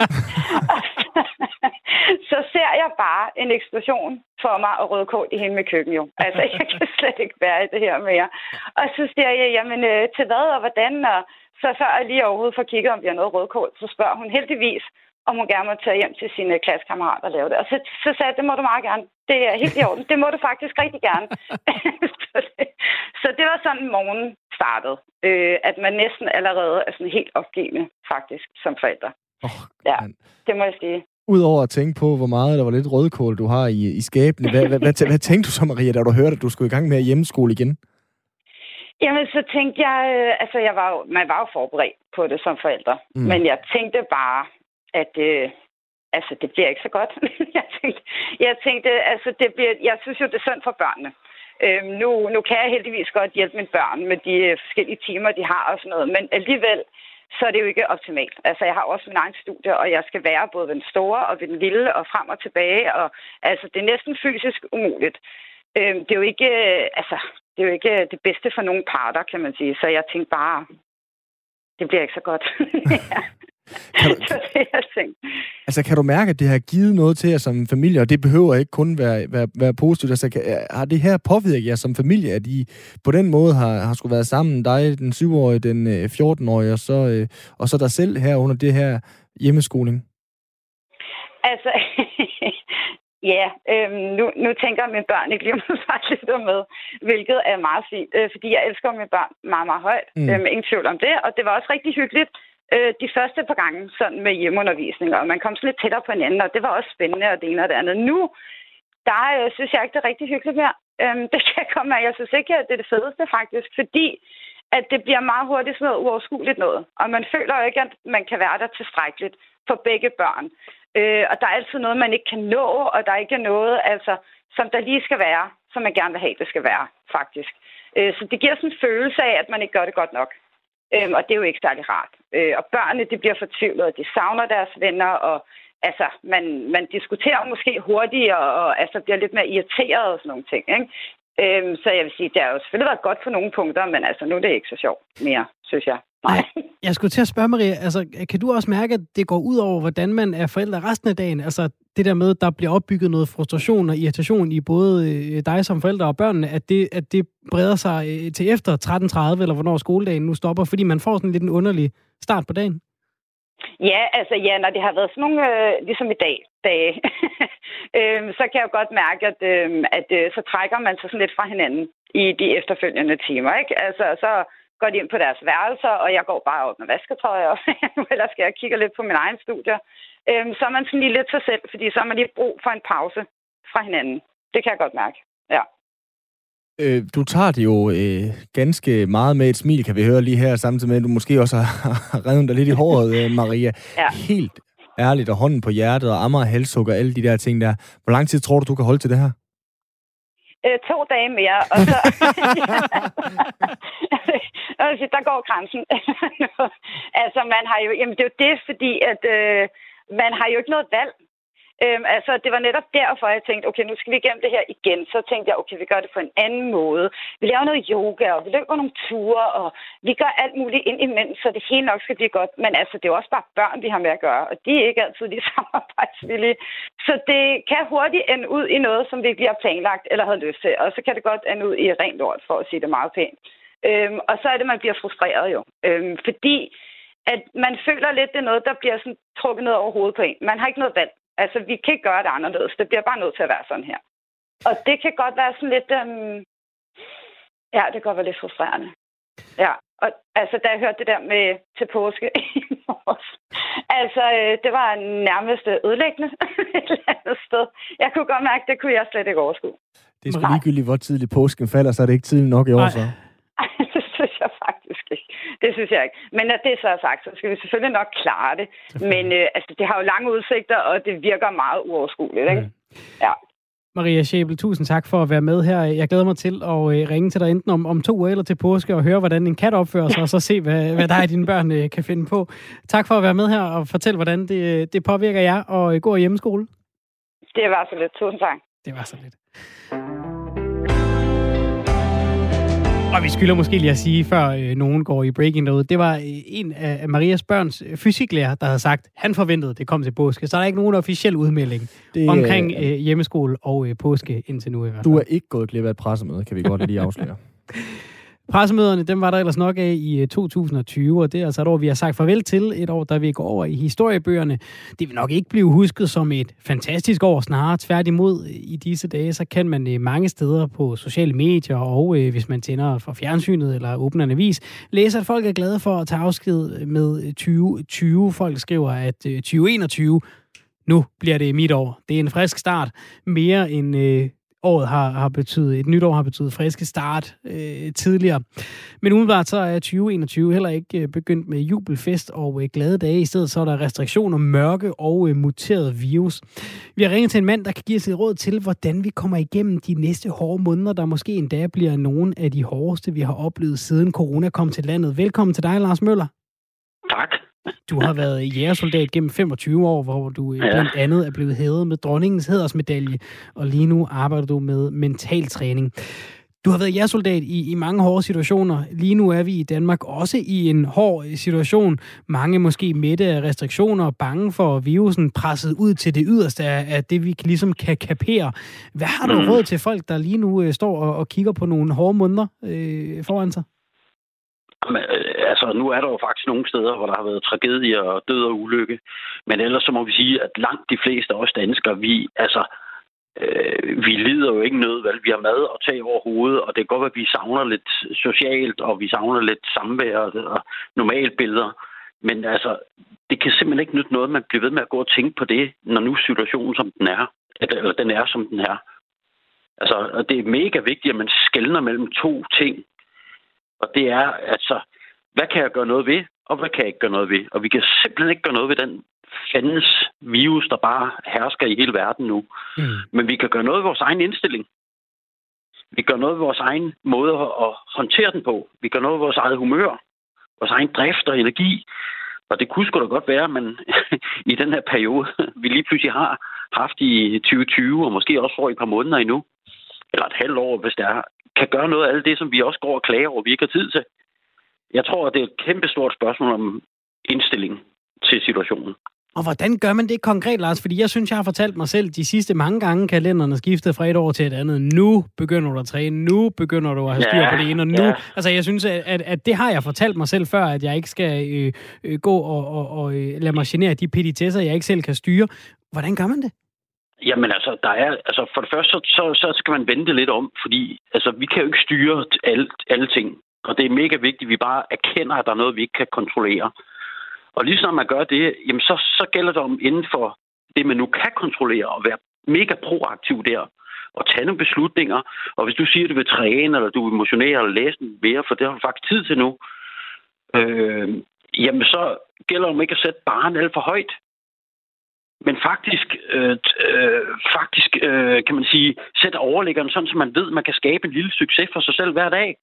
Så ser jeg bare en eksplosion for mig og rødkål i hele mit køkken jo. Altså, jeg kan slet ikke være i det her mere. Og så siger jeg, jamen, øh, til hvad og hvordan? Og så før jeg lige overhovedet får kigget, om vi har noget rødkål, så spørger hun heldigvis, om hun gerne må tage hjem til sine klassekammerater og lave det. Og så, så sagde jeg, det må du meget gerne. Det er helt i orden. Det må du faktisk rigtig gerne. så, det, så det var sådan, morgen startede. Øh, at man næsten allerede er sådan helt opgivende, faktisk, som forældre. Oh, ja, det må jeg sige. Udover at tænke på, hvor meget der var lidt rødkål, du har i, i skabene, hvad, hvad, hvad, hvad tænkte du så, Maria, da du hørte, at du skulle i gang med at hjemmeskole igen? Jamen, så tænkte jeg, øh, altså, jeg var jo, man var jo forberedt på det som forældre. Mm. Men jeg tænkte bare, at øh, altså, det bliver ikke så godt. jeg, tænkte, jeg tænkte, altså, det bliver, jeg synes jo, det er synd for børnene. Øhm, nu, nu kan jeg heldigvis godt hjælpe mine børn med de øh, forskellige timer, de har og sådan noget, men alligevel, så er det jo ikke optimalt. Altså, jeg har også min egen studie, og jeg skal være både ved den store og ved den lille, og frem og tilbage, og altså, det er næsten fysisk umuligt. Øhm, det er jo ikke, øh, altså, det er jo ikke det bedste for nogle parter, kan man sige, så jeg tænkte bare, det bliver ikke så godt. ja. Kan du, altså, kan du mærke, at det har givet noget til jer som familie, og det behøver ikke kun være, være, være positivt? Altså, kan, har det her påvirket jer som familie, at I på den måde har, har skulle være sammen, dig, den syv-årige, den fjorten-årige, og så, øh, og så dig selv her under det her hjemmeskoling? Altså, ja, øhm, nu, nu tænker jeg, at mine børn ikke lige måske lidt med, hvilket er meget fint, øh, fordi jeg elsker mine børn meget, meget højt. Mm. Øh, ingen tvivl om det, og det var også rigtig hyggeligt, de første par gange sådan med hjemmeundervisning, og man kom sådan lidt tættere på hinanden, og det var også spændende, og det ene og det andet. Nu, der øh, synes jeg ikke, det er rigtig hyggeligt mere. Øhm, det kan jeg komme af. Jeg synes ikke, at det er det fedeste faktisk, fordi at det bliver meget hurtigt sådan noget uoverskueligt noget. Og man føler jo ikke, at man kan være der tilstrækkeligt for begge børn. Øh, og der er altid noget, man ikke kan nå, og der er ikke noget, altså, som der lige skal være, som man gerne vil have, det skal være, faktisk. Øh, så det giver sådan en følelse af, at man ikke gør det godt nok. Øhm, og det er jo ikke særlig rart. Øh, og børnene, de bliver fortvivlet, og de savner deres venner, og altså, man, man diskuterer måske hurtigere, og altså, bliver lidt mere irriteret og sådan nogle ting, ikke? Øhm, så jeg vil sige, det har jo selvfølgelig været godt på nogle punkter, men altså, nu er det ikke så sjovt mere, synes jeg. Nej. Jeg skulle til at spørge, Maria, altså, kan du også mærke, at det går ud over, hvordan man er forældre resten af dagen? Altså, det der med, at der bliver opbygget noget frustration og irritation i både dig som forældre og børnene, at det, at det breder sig til efter tretten tredive, eller hvornår skoledagen nu stopper, fordi man får sådan lidt en underlig start på dagen? Ja, altså ja, når det har været sådan nogle, øh, ligesom i dag, dage, øh, så kan jeg jo godt mærke, at, øh, at øh, så trækker man sig sådan lidt fra hinanden i de efterfølgende timer, ikke? Altså, så går de ind på deres værelser, og jeg går bare op med vasketøj, og nu ellers skal jeg kigge lidt på min egen studie. Øhm, så er man sådan lige lidt sig selv, fordi så har man lige brug for en pause fra hinanden. Det kan jeg godt mærke, ja. Øh, du tager det jo øh, ganske meget med et smil, kan vi høre lige her, samtidig med, at du måske også har, har reddet dig lidt i håret, øh, Maria. Ja. Helt ærligt, og hånden på hjertet, og ammer og halshug og alle de der ting der. Hvor lang tid tror du, du kan holde til det her? Øh, to dage mere, og så... der går grænsen. altså, man har jo... Jamen, det er jo det, fordi at øh, man har jo ikke noget valg. Øhm, altså, det var netop derfor, jeg tænkte, okay, nu skal vi igennem det her igen. Så tænkte jeg, okay, vi gør det på en anden måde. Vi laver noget yoga, og vi løber nogle ture, og vi gør alt muligt ind imens, så det hele nok skal blive godt. Men altså, det er jo også bare børn, vi har med at gøre, og de er ikke altid de samarbejdsvillige. Så det kan hurtigt ende ud i noget, som vi ikke lige har planlagt eller havde lyst til. Og så kan det godt ende ud i rent lort, for at sige det meget pænt. Øhm, og så er det, man bliver frustreret jo. Øhm, fordi at man føler lidt, det er noget, der bliver sådan trukket ned over hovedet på en. Man har ikke noget valg. Altså, vi kan ikke gøre det anderledes. Det bliver bare nødt til at være sådan her. Og det kan godt være sådan lidt... Øhm... Ja, det kan godt være lidt frustrerende. Ja, og altså, da jeg hørte det der med til påske i morges, altså, øh, det var nærmest ødelæggende et eller andet sted. Jeg kunne godt mærke, det kunne jeg slet ikke overskue. Det er sgu ligegyldigt, hvor tidligt påsken falder, så er det ikke tidligt nok i år, så. Ej, det synes jeg faktisk ikke. Det synes jeg ikke. Men når det så er sagt, så skal vi selvfølgelig nok klare det. Men øh, altså, det har jo lange udsigter, og det virker meget uoverskueligt, ikke? Mm. Ja. Maria Schæbel, tusind tak for at være med her. Jeg glæder mig til at ringe til dig enten om, om to uger eller til påske og høre, hvordan en kat opfører sig, og så se, hvad, hvad dig og dine børn kan finde på. Tak for at være med her og fortælle, hvordan det, det påvirker jer og gå hjemmeskole. Det var så lidt. Tusind tak. Det var så lidt. Og vi skylder måske lige at sige, før øh, nogen går i breaking derude, det var øh, en af Marias børns fysiklærer, der havde sagt, han forventede, det kom til påske. Så er der ikke nogen officiel udmelding det, omkring øh, hjemmeskole og øh, påske indtil nu i hvert fald. Du er ikke gået glip af et pressemøde, kan vi godt lige afsløre. Pressemøderne, dem var der ellers nok af i to tusind og tyve, og det er altså et år, vi har sagt farvel til. Et år, der vi går over i historiebøgerne. Det vil nok ikke blive husket som et fantastisk år, snarere tværtimod. I disse dage, så kan man mange steder på sociale medier, og øh, hvis man tænder for fjernsynet eller åbner en avis, læse, at folk er glade for at tage afsked med tyve tyve. Folk skriver, at øh, tyve enogtyve, nu bliver det mit år. Det er en frisk start, mere end Øh, året har, har betydet, et nyt år har betydet friske start øh, tidligere. Men umiddelbart så er tyve enogtyve heller ikke øh, begyndt med jubelfest og øh, glade dage. I stedet så er der restriktioner, mørke og øh, muteret virus. Vi har ringet til en mand, der kan give os et råd til, hvordan vi kommer igennem de næste hårde måneder, der måske endda bliver nogle af de hårdeste, vi har oplevet siden corona kom til landet. Velkommen til dig, Lars Møller. Tak. Du har været jægersoldat gennem femogtyve år, hvor du ja. blandt andet er blevet hævet med dronningens hædersmedalje, og lige nu arbejder du med mentaltræning. Du har været jægersoldat i, i mange hårde situationer. Lige nu er vi i Danmark også i en hård situation. Mange måske mætte af restriktioner, bange for virusen, presset ud til det yderste af, af det, vi ligesom kan kapere. Hvad har du råd til folk, der lige nu øh, står og, og kigger på nogle hårde måneder øh, foran sig? Men, altså, nu er der jo faktisk nogle steder, hvor der har været tragedier og død og ulykke. Men ellers så må vi sige, at langt de fleste af os danskere, vi, altså, øh, vi lider jo ikke nød, vel? Vi har mad og tag over hovedet, og det er godt, at vi savner lidt socialt, og vi savner lidt samvær og normale billeder. Men altså, det kan simpelthen ikke nytte noget, man bliver ved med at gå og tænke på det, når nu situationen som den er, eller den er som den er. Altså, det er mega vigtigt, at man skelner mellem to ting. Og det er, altså, hvad kan jeg gøre noget ved, og hvad kan jeg ikke gøre noget ved? Og vi kan simpelthen ikke gøre noget ved den fandens virus, der bare hersker i hele verden nu. Mm. Men vi kan gøre noget ved vores egen indstilling. Vi gør noget ved vores egen måde at håndtere den på. Vi gør noget ved vores eget humør, vores egen drift og energi. Og det kunne sgu da godt være, at man i den her periode, vi lige pludselig har haft i tyve tyve, og måske også for et par måneder endnu, eller et halvt år, hvis det er, kan gøre noget af alt det, som vi også går og klager over, vi ikke har tid til. Jeg tror, at det er et kæmpestort spørgsmål om indstilling til situationen. Og hvordan gør man det konkret, Lars? Fordi jeg synes, jeg har fortalt mig selv de sidste mange gange, kalenderne skiftet fra et år til et andet. Nu begynder du at træne, nu begynder du at have styr ja, på det ene, og nu... Ja. Altså, jeg synes, at, at det har jeg fortalt mig selv før, at jeg ikke skal øh, øh, gå og, og, og øh, lade mig genere de petitesser, jeg ikke selv kan styre. Hvordan gør man det? Jamen altså, der er, altså for det første, så, så, så skal man vente lidt om, fordi altså, vi kan jo ikke styre alle, alle ting. Og det er mega vigtigt, at vi bare erkender, at der er noget, vi ikke kan kontrollere. Og lige når man gør det, jamen så, så gælder det om inden for det, man nu kan kontrollere, og være mega proaktiv der, og tage nogle beslutninger. Og hvis du siger, at du vil træne, eller du vil motionere, eller læse mere, for det har du faktisk tid til nu, øh, jamen så gælder det om ikke at sætte barren alt for højt. Men faktisk, øh, øh, faktisk øh, kan man sige, sætte overliggeren sådan, så man ved, at man kan skabe en lille succes for sig selv hver dag.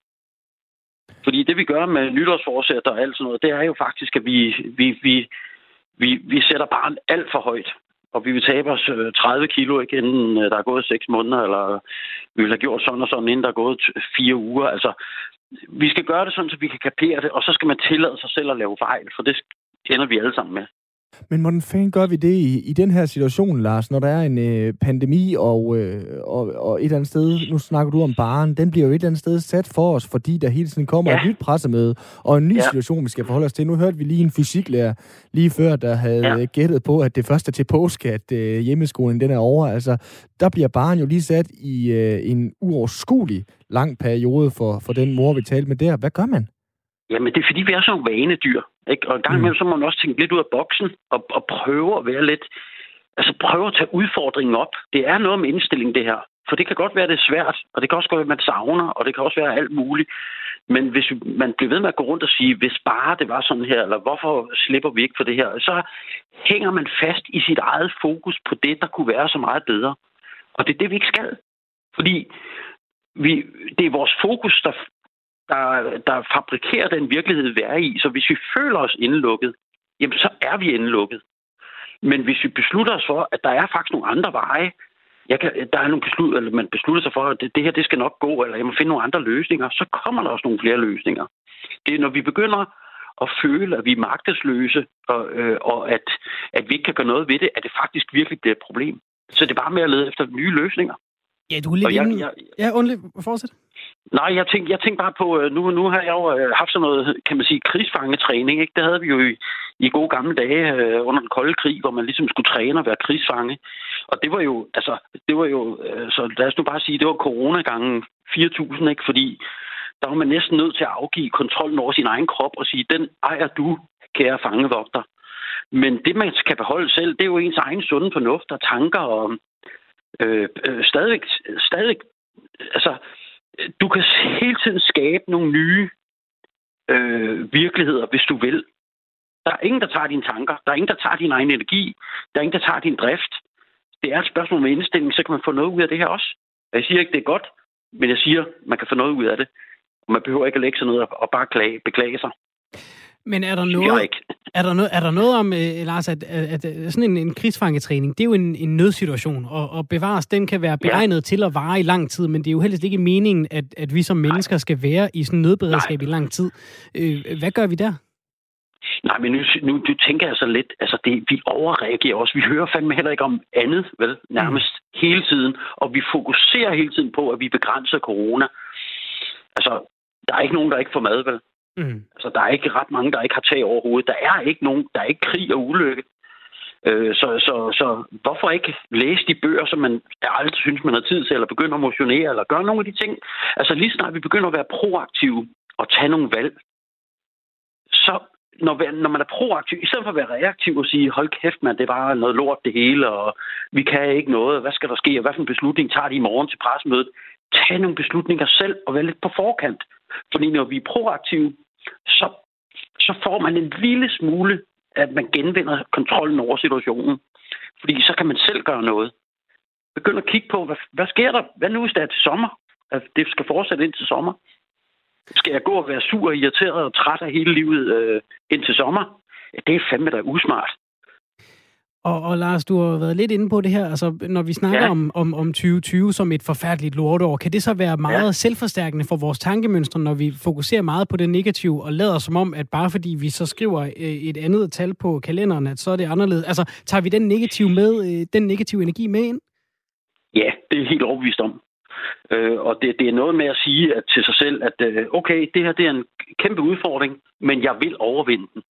Fordi det, vi gør med nytårsforsætter og alt sådan noget, det er jo faktisk, at vi, vi, vi, vi, vi sætter barren alt for højt. Og vi vil tabe os tredive kilo, ikke, inden der er gået seks måneder, eller vi vil have gjort sådan og sådan, inden der er gået fire uger. Altså, vi skal gøre det sådan, så vi kan kapere det, og så skal man tillade sig selv at lave fejl, for det ender vi alle sammen med. Men hvordan fanden gør vi det i, i den her situation, Lars, når der er en øh, pandemi, og, øh, og, og et eller andet sted, nu snakker du om baren, den bliver jo et eller andet sted sat for os, fordi der hele tiden kommer ja. et nyt pressemøde, og en ny ja. situation, vi skal forholde os til. Nu hørte vi lige en fysiklærer lige før, der havde ja. gættet på, at det første til påske, at øh, hjemmeskolen den er over. Altså, der bliver baren jo lige sat i øh, en uoverskuelig lang periode for, for den mor, vi talte med der. Hvad gør man? Jamen, det er fordi, vi er sådan vanedyr. Ikke? Og en gang imellem, så må man også tænke lidt ud af boksen og, og prøve at være lidt... Altså, prøve at tage udfordringen op. Det er noget med indstilling, det her. For det kan godt være, det er svært, og det kan også godt være, at man savner, og det kan også være alt muligt. Men hvis man bliver ved med at gå rundt og sige, hvis bare det var sådan her, eller hvorfor slipper vi ikke for det her, så hænger man fast i sit eget fokus på det, der kunne være så meget bedre. Og det er det, vi ikke skal. Fordi vi, det er vores fokus, der, der, der fabrikerer den virkelighed, vi er i. Så hvis vi føler os indelukket, jamen så er vi indelukket. Men hvis vi beslutter os for, at der er faktisk nogle andre veje, jeg kan, der er nogle beslut, eller man beslutter sig for, at det, det her det skal nok gå, eller jeg må finde nogle andre løsninger, så kommer der også nogle flere løsninger. Det er, når vi begynder at føle, at vi er magtesløse, og, øh, og at, at vi ikke kan gøre noget ved det, at det faktisk virkelig bliver et problem. Så det er bare med at lede efter nye løsninger. Ja, du er lidt jeg, inde... jeg, ja, undelig. Fortsæt. Nej, jeg tænker jeg tænk bare på, nu, nu har jeg jo haft sådan noget, kan man sige, krigsfangetræning, ikke? Det havde vi jo i, i gode gamle dage øh, under den kolde krig, hvor man ligesom skulle træne og være krigsfange. Og det var jo, altså, det var jo, øh, så lad os nu bare sige, det var corona gange fire tusind, ikke? Fordi der var man næsten nødt til at afgive kontrollen over sin egen krop og sige, den ejer du, kære fangevogter. Men det, man skal beholde selv, det er jo ens egen sunde fornuft og tanker og øh, øh, stadig, stadig, altså, du kan hele tiden skabe nogle nye øh, virkeligheder, hvis du vil. Der er ingen, der tager dine tanker. Der er ingen, der tager din egen energi. Der er ingen, der tager din drift. Det er et spørgsmål med indstilling, så kan man få noget ud af det her også. Jeg siger ikke, det er godt, men jeg siger, man kan få noget ud af det. Og man behøver ikke at lægge sig ned og bare klage, beklage sig. Men er der noget, er der noget, er der noget om, øh, Lars, at, at, at sådan en, en krigsfangetræning, det er jo en, en nødsituation, og, og bevares, den kan være beregnet ja. til at vare i lang tid, men det er jo helst ikke meningen, at, at vi som mennesker Nej. skal være i sådan en nødberedskab Nej. i lang tid. Øh, hvad gør vi der? Nej, men nu, nu du tænker jeg så lidt, altså det, vi overreagerer også. Vi hører fandme heller ikke om andet, vel, nærmest mm. hele tiden, og vi fokuserer hele tiden på, at vi begrænser corona. Altså, der er ikke nogen, der ikke får mad, vel? Mm. Altså, der er ikke ret mange, der ikke har tag over hovedet. Der er ikke nogen, der er ikke krig og ulykke. Øh, så, så, så hvorfor ikke læse de bøger, som man aldrig synes, man har tid til, eller begynde at motionere, eller gøre nogle af de ting? Altså, lige snart vi begynder at være proaktive og tage nogle valg, så når, når man er proaktiv, i stedet for at være reaktiv og sige, hold kæft, man, det er bare noget lort det hele, og vi kan ikke noget, hvad skal der ske, og hvad for en beslutning tager de i morgen til pressemødet? Tag nogle beslutninger selv og være lidt på forkant. Fordi når vi er proaktive, så, så får man en lille smule, at man genvinder kontrollen over situationen. Fordi så kan man selv gøre noget. Begynd at kigge på, hvad, hvad sker der? Hvad nu hvis det er til sommer? At det skal fortsætte ind til sommer. Skal jeg gå og være sur og irriteret og træt af hele livet øh, ind til sommer? Ja, det er fandme da usmart. Og, og Lars, du har været lidt inde på det her. Altså, når vi snakker ja. om, om, om tyve tyve som et forfærdeligt lortår, kan det så være meget ja. selvforstærkende for vores tankemønstre, når vi fokuserer meget på det negative og lader som om, at bare fordi vi så skriver et andet tal på kalenderen, at så er det anderledes. Altså, tager vi den negative, med, den negative energi med ind? Ja, det er helt overbevist om. Øh, og det, det er noget med at sige at til sig selv, at øh, okay, det her det er en kæmpe udfordring, men jeg vil overvinde den.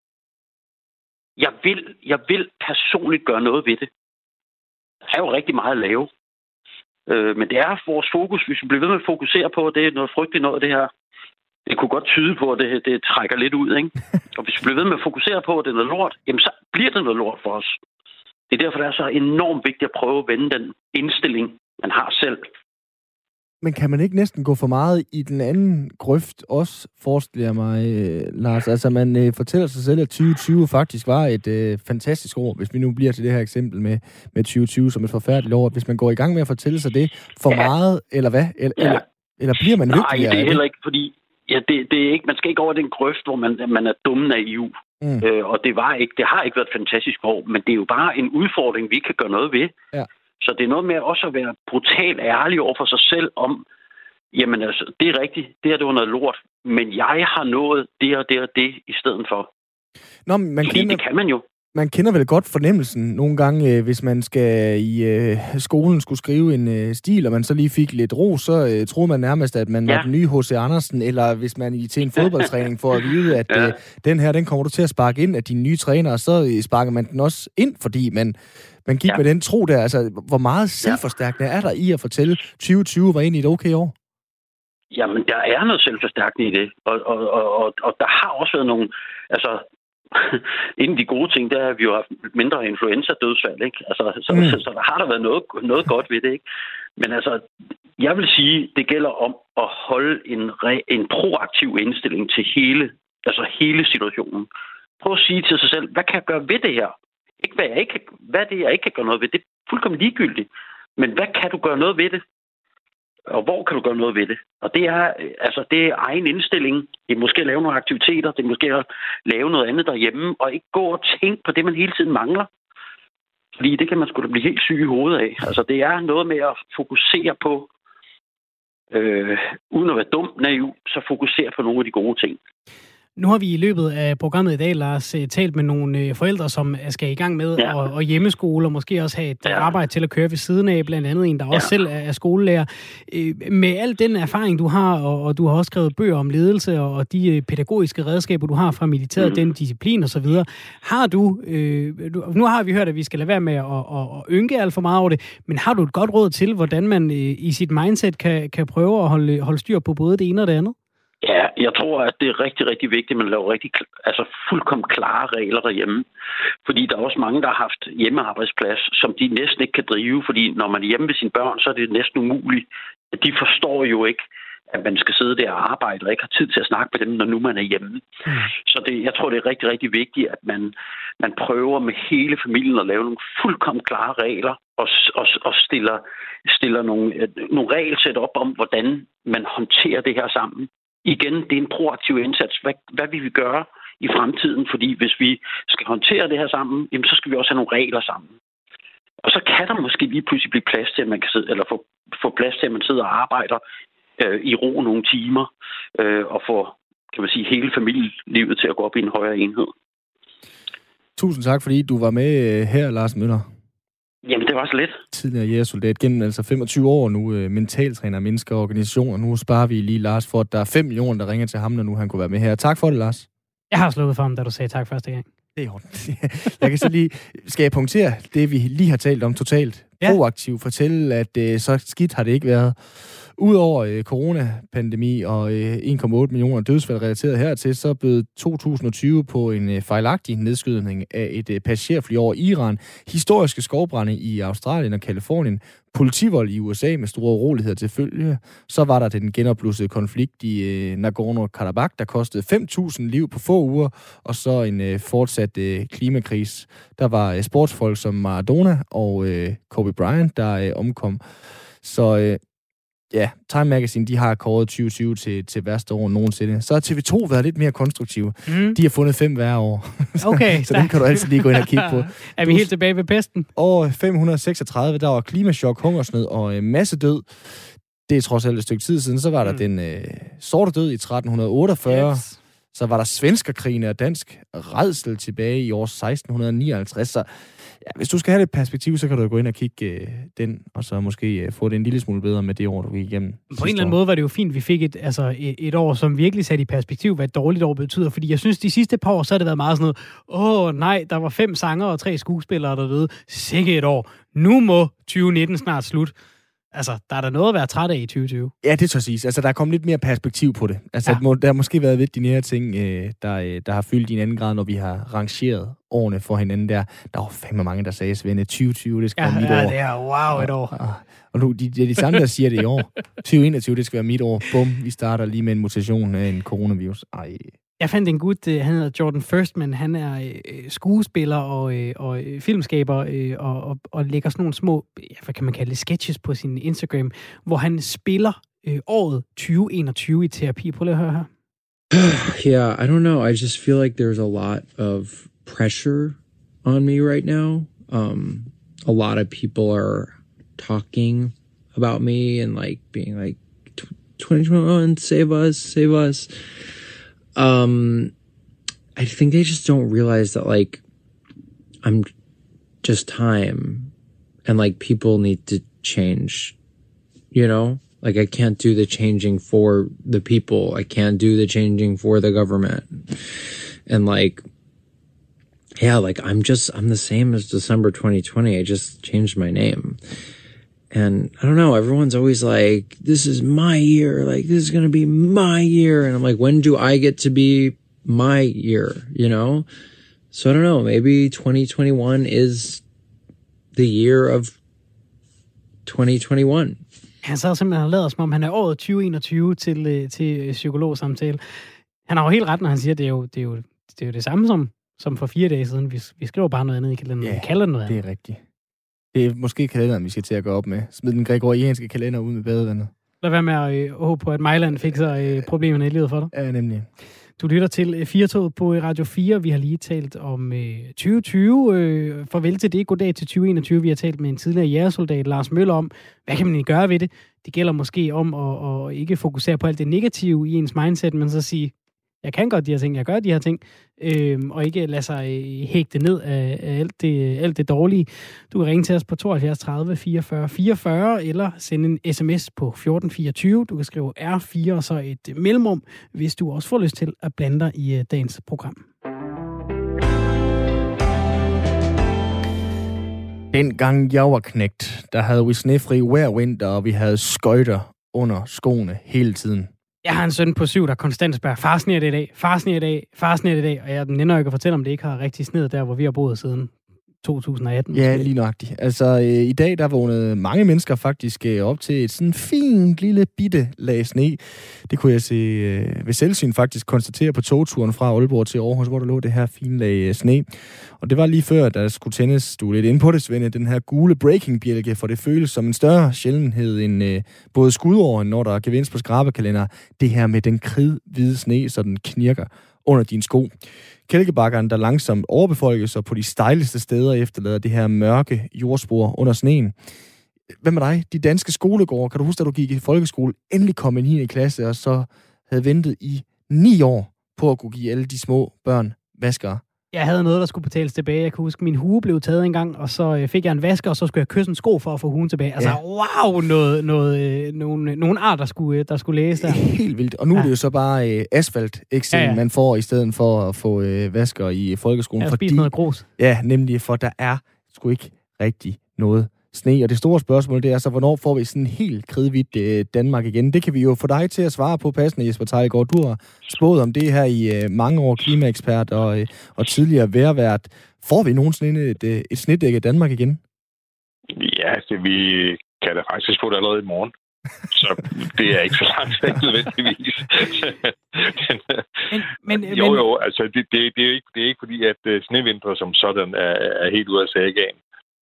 Jeg vil, jeg vil personligt gøre noget ved det. Der er jo rigtig meget at lave. Øh, men det er vores fokus. Hvis vi bliver ved med at fokusere på, at det er noget frygteligt noget af det her, det kunne godt tyde på, at det, det trækker lidt ud, ikke? Og hvis vi bliver ved med at fokusere på, at det er noget lort, jamen så bliver det noget lort for os. Det er derfor, det er så enormt vigtigt at prøve at vende den indstilling, man har selv. Men kan man ikke næsten gå for meget i den anden grøft også, forestiller jeg mig, Lars? Altså, man øh, fortæller sig selv, at tyve tyve faktisk var et øh, fantastisk år, hvis vi nu bliver til det her eksempel med, med tyve tyve som et forfærdeligt år. Hvis man går i gang med at fortælle sig det for ja. meget, eller hvad? Eller, ja. eller, eller bliver man lykkelig? Nej, det er heller ikke, fordi ja, det, det er ikke, man skal ikke over den grøft, hvor man, man er dum naiv. Mm. Øh, og det, var ikke, det har ikke været et fantastisk år, men det er jo bare en udfordring, vi kan gøre noget ved. Ja. Så det er noget med også at være brutalt ærlig over for sig selv om, jamen altså, det er rigtigt, det her det var noget lort, men jeg har nået det og det og det i stedet for. Nå, man Fordi kender, det kan man jo. Man kender vel godt fornemmelsen nogle gange, øh, hvis man skal i øh, skolen skulle skrive en øh, stil, og man så lige fik lidt ro, så øh, troede man nærmest, at man ja. var den nye H C Andersen, eller hvis man i til en fodboldtræning får at vide, at ja. øh, den her, den kommer du til at sparke ind af dine nye trænere, så øh, sparker man den også ind, fordi man Man gik ja. med den tro der. Altså, hvor meget selvforstærkende er der i at fortælle, tyve tyve var egentlig et okay år? Jamen, der er noget selvforstærkende i det. Og, og, og, og der har også været nogle... Altså, en af de gode ting, der er, at vi jo har haft mindre influenza-dødsfald, ikke? Altså, så, mm. så, så der har der været noget, noget godt ved det, ikke? Men altså, jeg vil sige, det gælder om at holde en, en proaktiv indstilling til hele, altså hele situationen. Prøv at sige til sig selv, hvad kan jeg gøre ved det her? Ikke hvad, jeg ikke, hvad det er, jeg ikke kan gøre noget ved. Det er fuldkommen ligegyldigt. Men hvad kan du gøre noget ved det? Og hvor kan du gøre noget ved det? Og det er, altså, det er egen indstilling. Det er måske at lave nogle aktiviteter. Det er måske at lave noget andet derhjemme. Og ikke gå og tænke på det, man hele tiden mangler. Fordi det kan man sgu da blive helt syg i hovedet af. Altså, det er noget med at fokusere på, øh, uden at være dum naiv, så fokusere på nogle af de gode ting. Nu har vi i løbet af programmet i dag, Lars, talt med nogle forældre, som skal i gang med ja. at, at hjemmeskole, og måske også have et ja. arbejde til at køre ved siden af, blandt andet en, der ja. også selv er skolelærer. Med al den erfaring, du har, og, og du har også skrevet bøger om ledelse, og de pædagogiske redskaber, du har fra militæret, mm. den disciplin osv., har du, øh, du... Nu har vi hørt, at vi skal lade være med at, at, at ynke alt for meget over det, men har du et godt råd til, hvordan man øh, i sit mindset kan, kan prøve at holde, holde styr på både det ene og det andet? Ja, jeg tror, at det er rigtig, rigtig vigtigt, at man laver rigtig, altså fuldkommen klare regler derhjemme. Fordi der er også mange, der har haft hjemmearbejdsplads, som de næsten ikke kan drive. Fordi når man er hjemme ved sine børn, så er det næsten umuligt. De forstår jo ikke, at man skal sidde der og arbejde, og ikke har tid til at snakke med dem, når nu man er hjemme. Mm. Så det, jeg tror, det er rigtig, rigtig vigtigt, at man, man prøver med hele familien at lave nogle fuldkommen klare regler, og, og, og stiller, stiller nogle, nogle regelsæt op om, hvordan man håndterer det her sammen. Igen, det er en proaktiv indsats. Hvad, hvad vil vi gøre i fremtiden? Fordi hvis vi skal håndtere det her sammen, jamen, så skal vi også have nogle regler sammen. Og så kan der måske lige pludselig blive plads til, at man kan sidde, eller få, få plads til, at man sidder og arbejder øh, i ro nogle timer, øh, og få, kan man sige, hele familielivet til at gå op i en højere enhed. Tusind tak, fordi du var med her, Lars Møller. Jamen, det var så lidt. Tidligere jægersoldat gennem altså femogtyve år nu, øh, mentaltræner af mennesker og organisationer. Nu sparer vi lige Lars for, at der er fem millioner, der ringer til ham, når nu han kunne være med her. Tak for det, Lars. Jeg har slået for ham, da du sagde tak første gang. Det er ordentligt. Jeg kan så lige... Skal jeg punktere det, vi lige har talt om totalt? Ja. Proaktivt fortælle, at øh, så skidt har det ikke været. Udover øh, coronapandemi og øh, en komma otte millioner dødsfald relateret hertil, så bød to tusind og tyve på en øh, fejlagtig nedskydning af et øh, passagerfly over Iran, historiske skovbrande i Australien og Kalifornien, politivold i U S A med store uroligheder til følge. Så var der den genopblussede konflikt i øh, Nagorno-Karabakh, der kostede fem tusind liv på få uger, og så en øh, fortsat øh, klimakris. Der var øh, sportsfolk som Maradona og øh, Kobe Bryant, der øh, omkom. Så... Øh, Ja, Time Magazine, de har kåret tyve tyve til, til værste år nogensinde. Så har T V to været lidt mere konstruktive. Mm. De har fundet fem hver år. Okay. Så den kan du altid lige gå ind og kigge på. Er vi helt tilbage ved pesten? År fem hundrede seksogtredive, der var klimaschok, hungersnød og øh, massedød. Det er trods alt et stykke tid siden. Så var der mm. den øh, sorte død i tretten otteogfyrre. Yes. Så var der svenskerkrigen og dansk rædsel tilbage i år seksten nioghalvtreds. Så ja, hvis du skal have det perspektiv, så kan du gå ind og kigge øh, den, og så måske øh, få det en lille smule bedre med det år, du gik igennem. På en eller anden måde var det jo fint, at vi fik et, altså et, et år, som virkelig satte i perspektiv, hvad et dårligt år betyder. Fordi jeg synes, de sidste par år, så har det været meget sådan noget, åh nej, der var fem sanger og tre skuespillere, der døde. Sikke et år. Nu må tyve nitten snart slut. Altså, der er der noget at være træt af i tyve tyve. Ja, det tør siges. Altså, der er kommet lidt mere perspektiv på det. Altså, ja. Der har måske været lidt de nære ting, der, der har fyldt i en anden grad, når vi har rangeret årene for hinanden der. Der var fandme mange, der sagde, Svende, tyve tyve, det skal ja, være mit ja, år. Ja, det er wow et år. Og, og, og nu, de, de, de samme, der siger det i år. tyve enogtyve, det skal være mit år. Bum, vi starter lige med en mutation af en coronavirus. Ej. Jeg fandt en gut, han hedder Jordan Firstman, han er øh, skuespiller og, øh, og filmskaber øh, og, og, og lægger sådan nogle små, hvad kan man kalde det, sketches på sin Instagram, hvor han spiller øh, året tyve enogtyve i terapi. Prøv lige at høre her. Yeah, I don't know. I just feel like there's a lot of pressure on me right now. Um, a lot of people are talking about me and like being like, twenty twenty-one, save us, save us. Um, I think they just don't realize that, like, I'm just time and, like, people need to change, you know? Like, I can't do the changing for the people. I can't do the changing for the government. And, like, yeah, like, I'm just, I'm the same as December twenty twenty. I just changed my name. And I don't know, everyone's always like, this is my year, like, this is going to be my year. And I'm like, when do I get to be my year, you know? So I don't know, maybe twenty twenty-one is the year of twenty twenty-one. Han sad simpelthen og lader, som om han er året tyve enogtyve til, til psykologsamtale. Han har jo helt ret, når han siger, at det er jo det, er jo, det, er jo det samme som, som for fire dage siden. Vi, vi skriver bare noget andet i kalenderen. Ja, vi kalder noget det andet. er rigtigt. Det er måske kalenderen, vi skal til at gå op med. Smid den gregorianske kalender ud med badevandet. Lad være med at øh, håbe på, at Mejland fikser øh, problemerne i livet for dig. Ja, nemlig. Du lytter til fire-toget på Radio fire. Vi har lige talt om øh, tyve tyve. Øh, farvel til det. Goddag til tyve enogtyve. Vi har talt med en tidligere jægersoldat, Lars Møller, om, hvad kan man egentlig gøre ved det? Det gælder måske om at, at ikke fokusere på alt det negative i ens mindset, men så sige, jeg kan godt de her ting, jeg gør de her ting, øh, og ikke lade sig øh, hægte ned af, af alt, det, alt det dårlige. Du kan ringe til os på tooghalvfjerds tredive fireogfyrre fireogfyrre, eller sende en sms på fjorten fireogtyve. Du kan skrive R fire og så et mellemrum, hvis du også får lyst til at blande dig i uh, dagens program. Dengang jeg var knægt, der havde vi snefri hver vinter, og vi havde skøjter under skoene hele tiden. Jeg har en søn på syv, der konstant spørger, far sneer det i dag, far sneer det i dag, far sneer det i dag, og jeg nænder ikke at fortælle, om det ikke har rigtig sneet der, hvor vi har boet siden to tusind og atten. Ja, lige nøjagtigt. Altså, øh, i dag, der vågnede mange mennesker faktisk øh, op til et sådan fint lille bitte lag sne. Det kunne jeg se øh, ved selvsyn faktisk konstatere på togturen fra Aalborg til Aarhus, hvor der lå det her fine lag øh, sne. Og det var lige før, der skulle tændes, du er lidt inde på det, Svende, den her gule breaking-bjælke, for det føles som en større sjældenhed end øh, både skudåren, når der er gevinst på skrabekalender. Det her med den kridhvide sne, så den knirker under dine sko. Kælkebakkerne, der langsomt overbefolkes og på de stejleste steder efterlader det her mørke jordspor under sneen. Hvad med dig? De danske skolegårde, kan du huske, at du gik i folkeskole, endelig kom i niende klasse, og så havde ventet i ni år på at kunne give alle de små børn vaskere? Jeg havde noget, der skulle betales tilbage. Jeg kan huske, at min hue blev taget en gang, og så fik jeg en vasker, og så skulle jeg kysse en sko for at få huen tilbage. Altså, ja. wow, noget, noget, nogle, nogle ar, der skulle, der skulle læse der. Helt vildt. Og nu ja. er det jo så bare øh, asfalt, ja, ja. man får i stedet for at få øh, vasker i folkeskolen. Jeg har spist noget grus. Ja, nemlig, for der er sgu ikke rigtig noget sne. Og det store spørgsmål, det er så, hvornår får vi sådan helt kridhvidt øh, Danmark igen? Det kan vi jo få dig til at svare på passende, Jesper Theilgaard. Du har spået om det her i øh, mange år, klimaekspert og, øh, og tidligere vejrvært. Får vi nogensinde et, øh, et snedække af Danmark igen? Ja, det, vi kan da faktisk få det allerede i morgen. Så det er ikke så langt væk nødvendigvis. men, men, jo, jo, altså det, det, det, er ikke, det er ikke fordi, at uh, snevintre som sådan er, er helt ude af sagaen.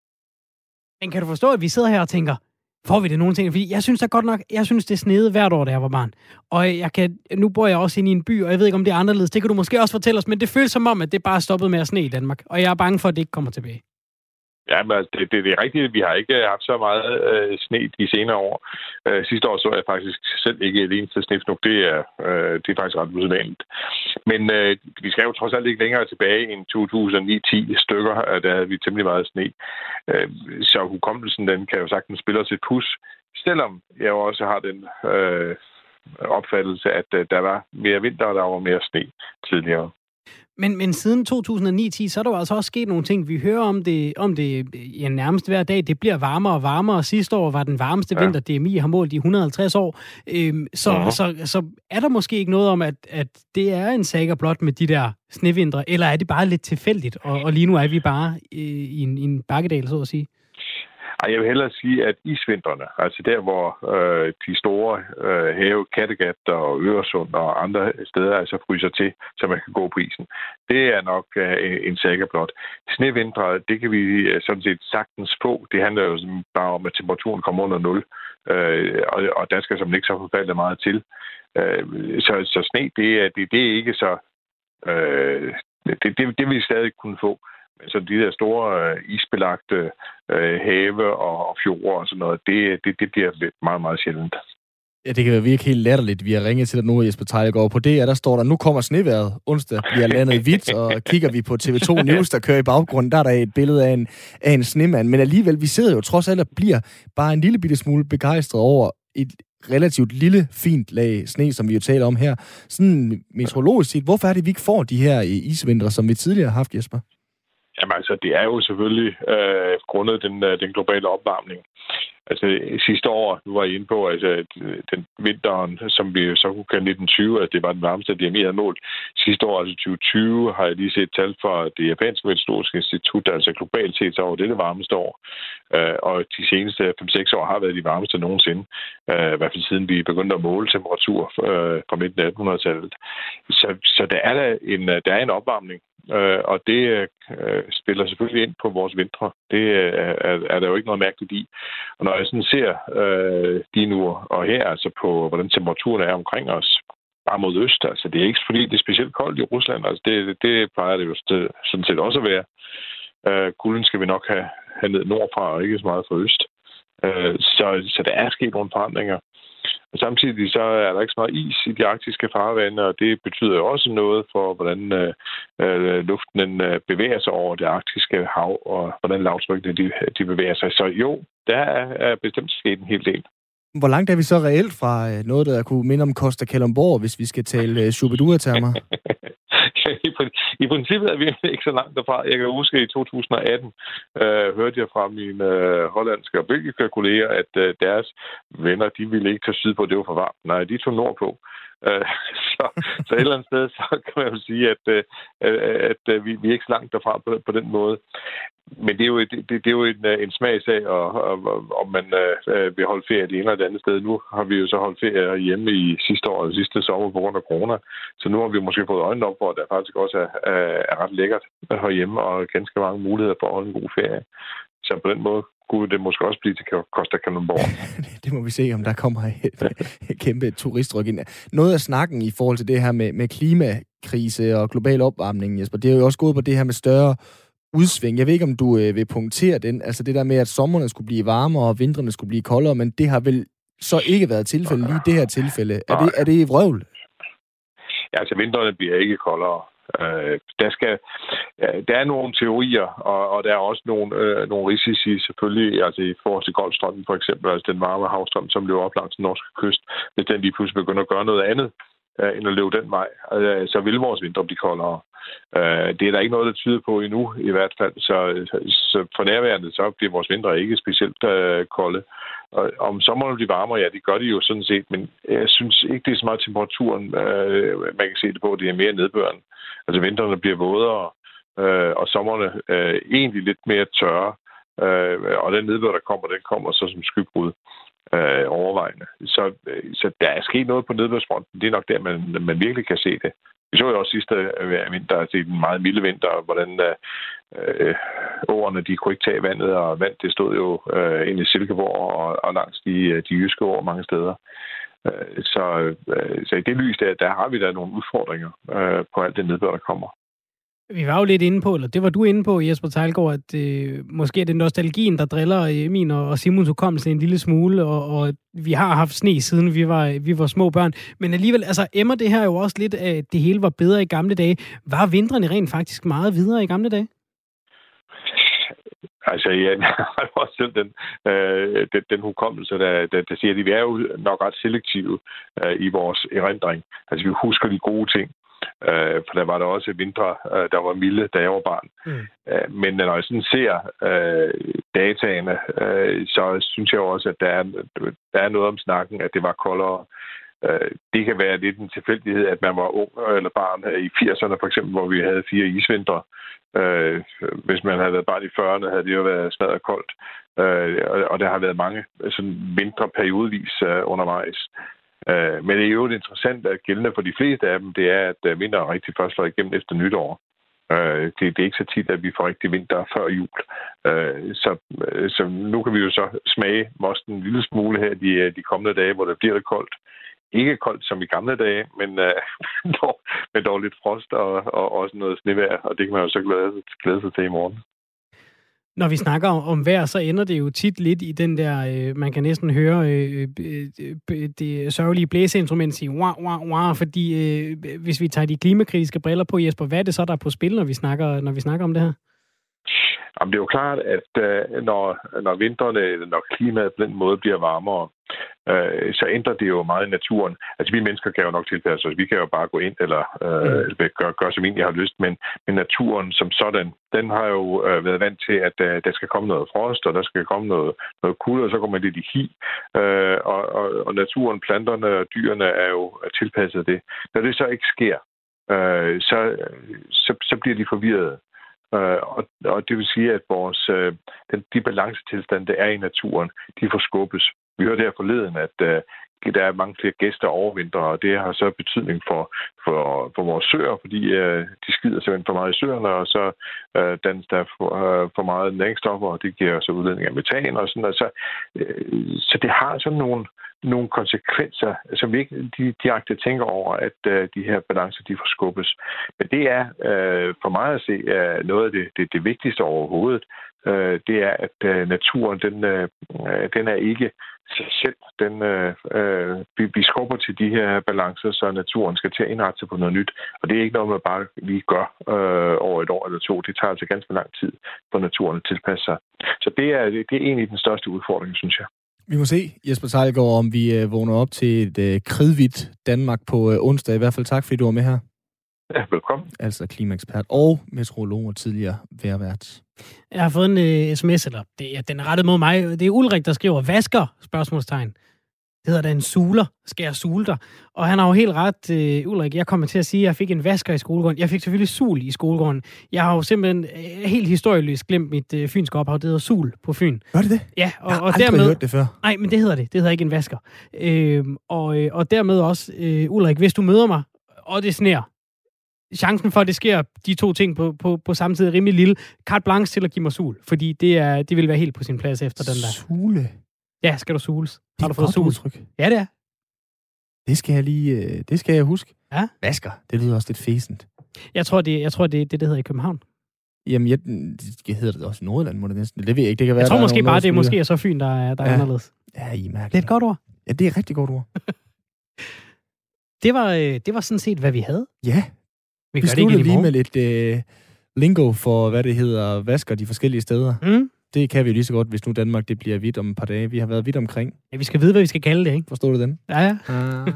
Men kan du forstå, at vi sidder her og tænker, får vi det nogensinde? Fordi jeg synes da godt nok, jeg synes det snede hvert år, da jeg var barn. Og jeg kan, nu bor jeg også inde i en by, og jeg ved ikke, om det er anderledes. Det kan du måske også fortælle os, men det føles som om, at det bare er stoppet med at sne i Danmark. Og jeg er bange for, at det ikke kommer tilbage. Ja, men det, det, det er rigtigt. Vi har ikke haft så meget øh, sne de senere år. Øh, sidste år så jeg faktisk selv ikke det eneste snefnug. Det er, øh, det er faktisk ret usædvanligt. Men øh, vi skal jo trods alt ikke længere tilbage end to tusind og ni til ti stykker. Der havde vi temmelig meget sne. Øh, så hukommelsen, den kan jo sagtens spille os et pus. Selvom jeg også har den øh, opfattelse, at øh, der var mere vinter, og der var mere sne tidligere. Men, men siden to tusind og ni til ti, så er der jo altså også sket nogle ting. Vi hører om det, om det ja, nærmest hver dag. Det bliver varmere og varmere. Sidste år var den varmeste ja. vinter, D M I har målt i et hundrede og halvtreds år. Øhm, så, uh-huh. så, så er der måske ikke noget om, at, at det er en saga blot med de der snevintre, eller er det bare lidt tilfældigt, og, og lige nu er vi bare øh, i, en, i en bakkedal, så at sige? Ej, jeg vil hellere sige, at isvintrene, altså der, hvor øh, de store øh, have, Kattegat og Øresund og andre steder altså fryser til, så man kan gå på isen, det er nok øh, en saga blot. Snevintre, det kan vi øh, sådan set sagtens få. Det handler jo bare om, at temperaturen kommer under nul, øh, og, og der skal som ikke så forfalde meget til. Øh, så, så sne, det er, det, det er ikke så... Øh, det, det, det vil vi stadig kunne få. Så de der store øh, isbelagte øh, have og, og fjorde og sådan noget, det, det, det bliver meget, meget sjældent. Ja, det kan jo virke helt latterligt. Vi har ringet til dig nu, Jesper Theilgaard. På det, ja, der står der, nu kommer snevejret. Onsdag bliver landet hvidt, og kigger vi på T V to News, der kører i baggrunden, der er der et billede af en, af en snemand. Men alligevel, vi sidder jo trods alt og bliver bare en lille bitte smule begejstret over et relativt lille, fint lag sne, som vi jo taler om her. Sådan meteorologisk set, hvorfor er det, vi ikke får de her isvintre, som vi tidligere har haft, Jesper? Jamen altså, det er jo selvfølgelig øh, grundet den, den globale opvarmning. Altså sidste år, nu var jeg inde på, altså den vinteren, som vi så kunne kalde nitten tyve, at det var den varmeste, D M I havde målt. Sidste år, altså tyve tyve, har jeg lige set tal fra det japanske meteorologiske institut, altså globalt set, så var det det varmeste år. Øh, og de seneste fem seks år har været de varmeste nogensinde. Øh, I hvert fald siden vi begyndte at måle temperatur øh, fra midten af attenhundredetallet. Så, så der er der en, der er en opvarmning. øh, og det øh, spiller selvfølgelig ind på vores vintre. Det øh, er, er der jo ikke noget mærkeligt i. Og når jeg sådan ser øh, de nu og her, altså på hvordan temperaturen er omkring os, bare mod øst, altså det er ikke fordi, det er specielt koldt i Rusland, altså det, det plejer det jo sådan set også at være. Øh, kulden skal vi nok have, have ned nordfra, og ikke så meget fra øst. Øh, så, så der er sket nogle forandringer. Og samtidig så er der ikke så meget is i de arktiske farvande, og det betyder jo også noget for, hvordan øh, øh, luften den, øh, bevæger sig over det arktiske hav, og hvordan lavtrykkene de, de bevæger sig. Så jo, der er, er bestemt sket en hel del. Hvor langt er vi så reelt fra noget, der kunne minde om Costa Kalundborg, hvis vi skal tale uh, Shubidua-termer? I, I princippet er vi ikke så langt derfra. Jeg kan huske, at i to tusind og atten øh, hørte jeg fra mine øh, hollandske og belgiske kolleger, at øh, deres venner, de ville ikke tage syd på, det var for varmt. Nej, de tog nordpå. Øh, så, så et eller andet sted, så kan man jo sige, at, øh, at øh, vi, vi er ikke så langt derfra på, på den måde. Men det er jo, det, det er jo en, en smagsag, og, og, om man øh, vil holde ferie det ene eller det andet sted. Nu har vi jo så holdt ferie hjemme i sidste år og sidste sommer på grund af corona. Så nu har vi måske fået øjnene op for, at der faktisk også er, er ret lækkert herhjemme, og ganske mange muligheder for at holde en god ferie. Så på den måde kunne det måske også blive til Costa Kalundborg. Det må vi se, om der kommer et, et kæmpe turistryk ind. Noget af snakken i forhold til det her med, med klimakrise og global opvarmning, Jesper, det er jo også gået på det her med større udsving. Jeg ved ikke, om du øh, vil punktere den. Altså det der med, at sommerne skulle blive varmere, og vintrene skulle blive koldere, men det har vel så ikke været tilfældet lige i det her tilfælde. Er det, er det i vrøvl? Ja, altså vintrene bliver ikke koldere. Øh, der, skal, ja, der er nogle teorier, og, og der er også nogle, øh, nogle risici selvfølgelig, altså i forhold til Golfstrømmen for eksempel, altså den varme havstrøm, som løber op langs den norske kyst, hvis den lige pludselig begynder at gøre noget andet, øh, end at løbe den vej, øh, så vil vores vinter blive koldere. Øh, det er der ikke noget, der tyder på endnu, i hvert fald. Så, så for nærværende, så bliver vores vinter ikke specielt øh, kolde. Og om sommeren bliver varmere, ja, det gør de jo sådan set, men jeg synes ikke, det er så meget temperaturen, øh, man kan se det på, det er mere nedbøren. Altså vintrene bliver vådere, øh, og sommerne øh, egentlig lidt mere tørre, øh, og den nedbør, der kommer, den kommer så som skybrud øh, overvejende. Så, øh, så der er sket noget på nedbørsfronten. Det er nok der, man, man virkelig kan se det. Vi så jo også sidste vinter, altså i den meget milde vinter, hvordan øh, åerne, de kunne ikke tage vandet, og vand, det stod jo øh, inde i Silkeborg og, og langs de, de jyske år mange steder. Øh, så, øh, så i det lys, der, der har vi da nogle udfordringer øh, på alt det nedbør, der kommer. Vi var jo lidt inde på, eller det var du inde på, Jesper Theilgaard, at øh, måske er det nostalgien, der driller øh, min og, og Simons hukommelse en lille smule, og, og vi har haft sne, siden vi var, vi var små børn. Men alligevel, altså emmer det her jo også lidt af, at det hele var bedre i gamle dage. Var vintrene rent faktisk meget videre i gamle dage? Altså, ja, jeg har også selv den, øh, den, den hukommelse, der, der, der siger, at vi er jo nok ret selektive øh, i vores erindring. Altså, vi husker de gode ting. Uh, for der var der også vintre, uh, der var milde, da jeg var barn. Mm. Uh, men når jeg sådan ser uh, dataene, uh, så synes jeg også, at der er, der er noget om snakken, at det var koldere. Uh, det kan være lidt en tilfældighed, at man var ung eller barn i firserne, for eksempel, hvor vi havde fire isvintre. Uh, hvis man havde været barn i fyrrerne, havde det jo været smadret koldt. Uh, og, og der har været mange sådan vintre periodevis uh, undervejs. Uh, men det er jo interessant, at gældende for de fleste af dem, det er, at uh, vinteren rigtig først slår igennem efter nytår. Uh, det, det er ikke så tit, at vi får rigtig vinter før jul. Uh, så, uh, så nu kan vi jo så smage mosten en lille smule her de, de kommende dage, hvor det bliver lidt koldt. Ikke koldt som i gamle dage, men uh, dog, med dog lidt frost og, og også noget snevejr, og det kan man jo så glæde, glæde sig til i morgen. Når vi snakker om vejr, så ender det jo tit lidt i den der, øh, man kan næsten høre øh, øh, det sørgelige blæseinstrument sige wah, wah, wah, fordi øh, hvis vi tager de klimakritiske briller på, Jesper, hvad er det så, der er på spil, når vi snakker, når vi snakker om det her? Jamen, det er jo klart, at øh, når, når vintrene, når klimaet på den måde bliver varmere, øh, så ændrer det jo meget i naturen. Altså, vi mennesker kan jo nok tilpasse os. Vi kan jo bare gå ind eller øh, mm. gøre, gøre som egentlig har lyst, men, men naturen som sådan, den har jo øh, været vant til, at øh, der skal komme noget frost, og der skal komme noget, noget kulde, og så kommer det i hi. Øh, og, og, og naturen, planterne og dyrene er jo tilpasset det. Når det så ikke sker, øh, så, så, så bliver de forvirrede. Uh, og, og det vil sige, at vores, uh, den, de balancetilstande, der er i naturen, de forskubbes. Vi hørte her forleden, at uh, der er mange flere gæster overvintrer, og det har så betydning for, for, for vores søer, fordi øh, de skider simpelthen for meget i søerne, og så øh, dannes der for, øh, for meget næringsstoffer, og det giver så udledning af metan og sådan noget. Så, øh, så det har sådan nogle, nogle konsekvenser, som vi ikke de, direkte tænker over, at øh, de her balancer, de forskubbes. Men det er øh, for mig at se øh, noget af det, det, det vigtigste overhovedet. Øh, det er, at øh, naturen, den, øh, den er ikke sig selv. Den, øh, øh, vi, vi skubber til de her balancer, så naturen skal til at indrette sig på noget nyt. Og det er ikke noget, man bare lige gør øh, over et år eller to. Det tager altså ganske lang tid for naturen at tilpasse sig. Så det er, det er egentlig den største udfordring, synes jeg. Vi må se, Jesper Theilgaard, om vi øh, vågner op til et øh, kridhvidt Danmark på øh, onsdag. I hvert fald tak, fordi du var med her. Ja, velkommen. Altså klimaekspert og meteorolog og tidligere vejrvært. Jeg har fået en uh, sms, eller det, ja, den er rettet mod mig. Det er Ulrik, der skriver, vasker, spørgsmålstegn. Det hedder da en suler. Skal jeg sule dig? Og han har jo helt ret, uh, Ulrik. Jeg kommer til at sige, at jeg fik en vasker i skolegården. Jeg fik selvfølgelig sul i skolegården. Jeg har jo simpelthen uh, helt historieløst glemt mit uh, fynske ophav. Det hedder sul på Fyn. Gør det det? Ja, og, jeg har og aldrig dermed, hørt det før. Nej, men det hedder det. Det hedder ikke en vasker. Uh, og, uh, og dermed også, uh, Ulrik, hvis du møder mig, og det sner, chancen for, at det sker de to ting på, på, på samme tid er rimelig lille. Carte blanche til at give mig sul, fordi det, er, det vil være helt på sin plads efter den der. Sule? Ja, skal du sules? Har du fået fået sul? Udtryk. Ja, det er. Det skal jeg lige, det skal jeg huske. Ja. Vasker, det lyder også lidt fæsent. Jeg tror, det, jeg tror, det, det, det hedder i København. Jamen, jeg, det hedder det også i Nordjylland, må det næsten. Det ved jeg ikke. Det kan være, jeg tror måske bare, noget, det er måske så Fyn, der er, der er ja. anderledes. Ja, I mærker det. er et godt ord. Ja, det er et rigtig godt ord. det, var, det var sådan set, hvad vi havde. Ja. Vi, vi slutter lige med lidt øh, lingo for, hvad det hedder, vasker de forskellige steder. Mm. Det kan vi jo lige så godt, hvis nu Danmark det bliver hvidt om et par dage. Vi har været hvidt omkring. Ja, vi skal vide, hvad vi skal kalde det, ikke? Forstår du den? Ja, ja. Ah.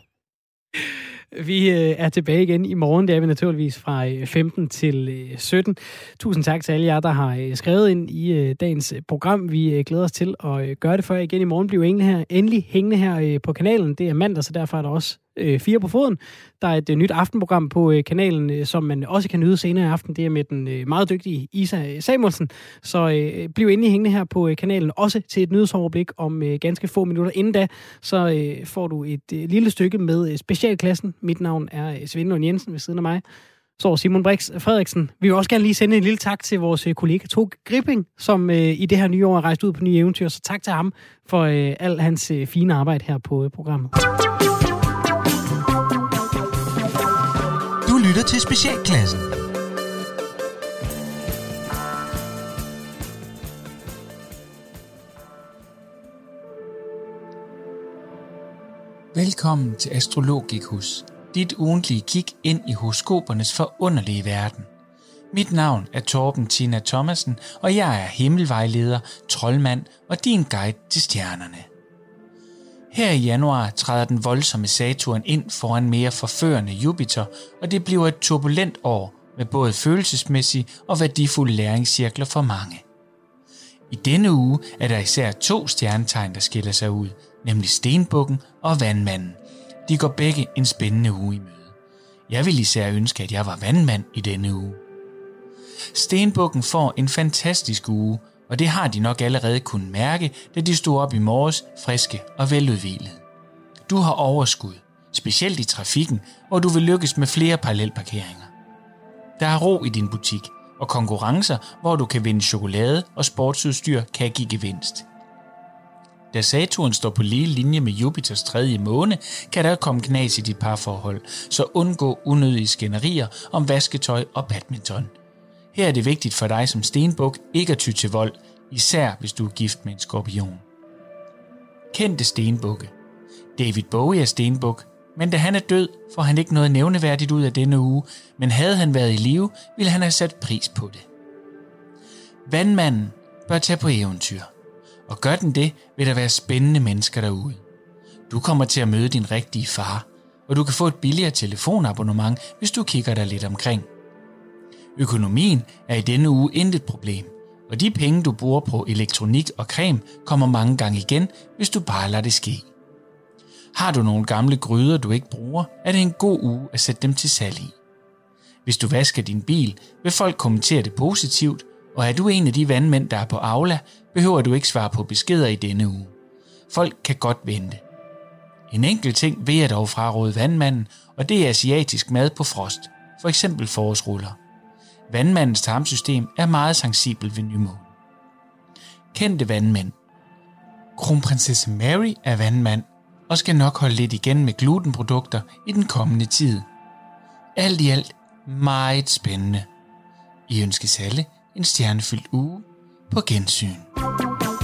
Vi øh, er tilbage igen i morgen. Det er vi naturligvis fra øh, femten til øh, sytten. Tusind tak til alle jer, der har øh, skrevet ind i øh, dagens program. Vi øh, glæder os til at øh, gøre det for jer igen i morgen. Bliv endelig, her, endelig hængende her øh, på kanalen. Det er mandag, så derfor er der også øh, fire på foden. Der er et øh, nyt aftenprogram på øh, kanalen, øh, som man også kan nyde senere i aften. Det er med den øh, meget dygtige Isa Samuelsen. Så øh, bliv endelig hængende her på øh, kanalen. Også til et nyhedsoverblik om øh, ganske få minutter. Inden da, så øh, får du et øh, lille stykke med øh, specialklassen. Mit navn er øh, Svend Lund Jensen ved siden af mig. Så Simon Brix Frederiksen. Vi vil også gerne lige sende en lille tak til vores øh, kollega Tog Gripping, som øh, i det her nye år er rejst ud på nye eventyr. Så tak til ham for øh, al hans øh, fine arbejde her på øh, programmet. Du lytter til Specialklassen. Velkommen til Astrologikus, dit ugentlige kig ind i horoskopernes forunderlige verden. Mit navn er Torben Tina Thomasen, og jeg er himmelvejleder, troldmand og din guide til stjernerne. Her i januar træder den voldsomme Saturn ind foran mere forførende Jupiter, og det bliver et turbulent år med både følelsesmæssige og værdifulde læringscirkler for mange. I denne uge er der især to stjernetegn, der skiller sig ud, nemlig Stenbukken og Vandmanden. De går begge en spændende uge i møde. Jeg vil især ønske, at jeg var vandmand i denne uge. Stenbukken får en fantastisk uge, og det har de nok allerede kunnet mærke, da de stod op i morges friske og veludhvilede. Du har overskud, specielt i trafikken, hvor du vil lykkes med flere parallelparkeringer. Der er ro i din butik, og konkurrencer, hvor du kan vinde chokolade og sportsudstyr, kan give gevinst. Da Saturn står på lige linje med Jupiters tredje måne, kan der komme knas i dit parforhold, så undgå unødige skænderier om vasketøj og badminton. Her er det vigtigt for dig som stenbuk ikke at ty til vold, især hvis du er gift med en skorpion. Kendte stenbukke. David Bowie er stenbuk, men da han er død, får han ikke noget nævneværdigt ud af denne uge, men havde han været i live, ville han have sat pris på det. Vandmanden bør tage på eventyr, og gør den det, vil der være spændende mennesker derude. Du kommer til at møde din rigtige far, og du kan få et billigere telefonabonnement, hvis du kigger dig lidt omkring. Økonomien er i denne uge intet problem, og de penge, du bruger på elektronik og creme, kommer mange gange igen, hvis du bare lader det ske. Har du nogle gamle gryder, du ikke bruger, er det en god uge at sætte dem til salg i. Hvis du vasker din bil, vil folk kommentere det positivt, og er du en af de vandmænd, der er på Aula, behøver du ikke svare på beskeder i denne uge. Folk kan godt vente. En enkelt ting vil jeg dog fraråde vandmanden, og det er asiatisk mad på frost, for eksempel forårsruller. Vandmandens tarmsystem er meget sensibel ved nymåne. Kendte vandmænd. Kronprinsesse Mary er vandmand og skal nok holde lidt igen med glutenprodukter i den kommende tid. Alt i alt meget spændende. I ønskes alle en stjernefyldt uge på gensyn.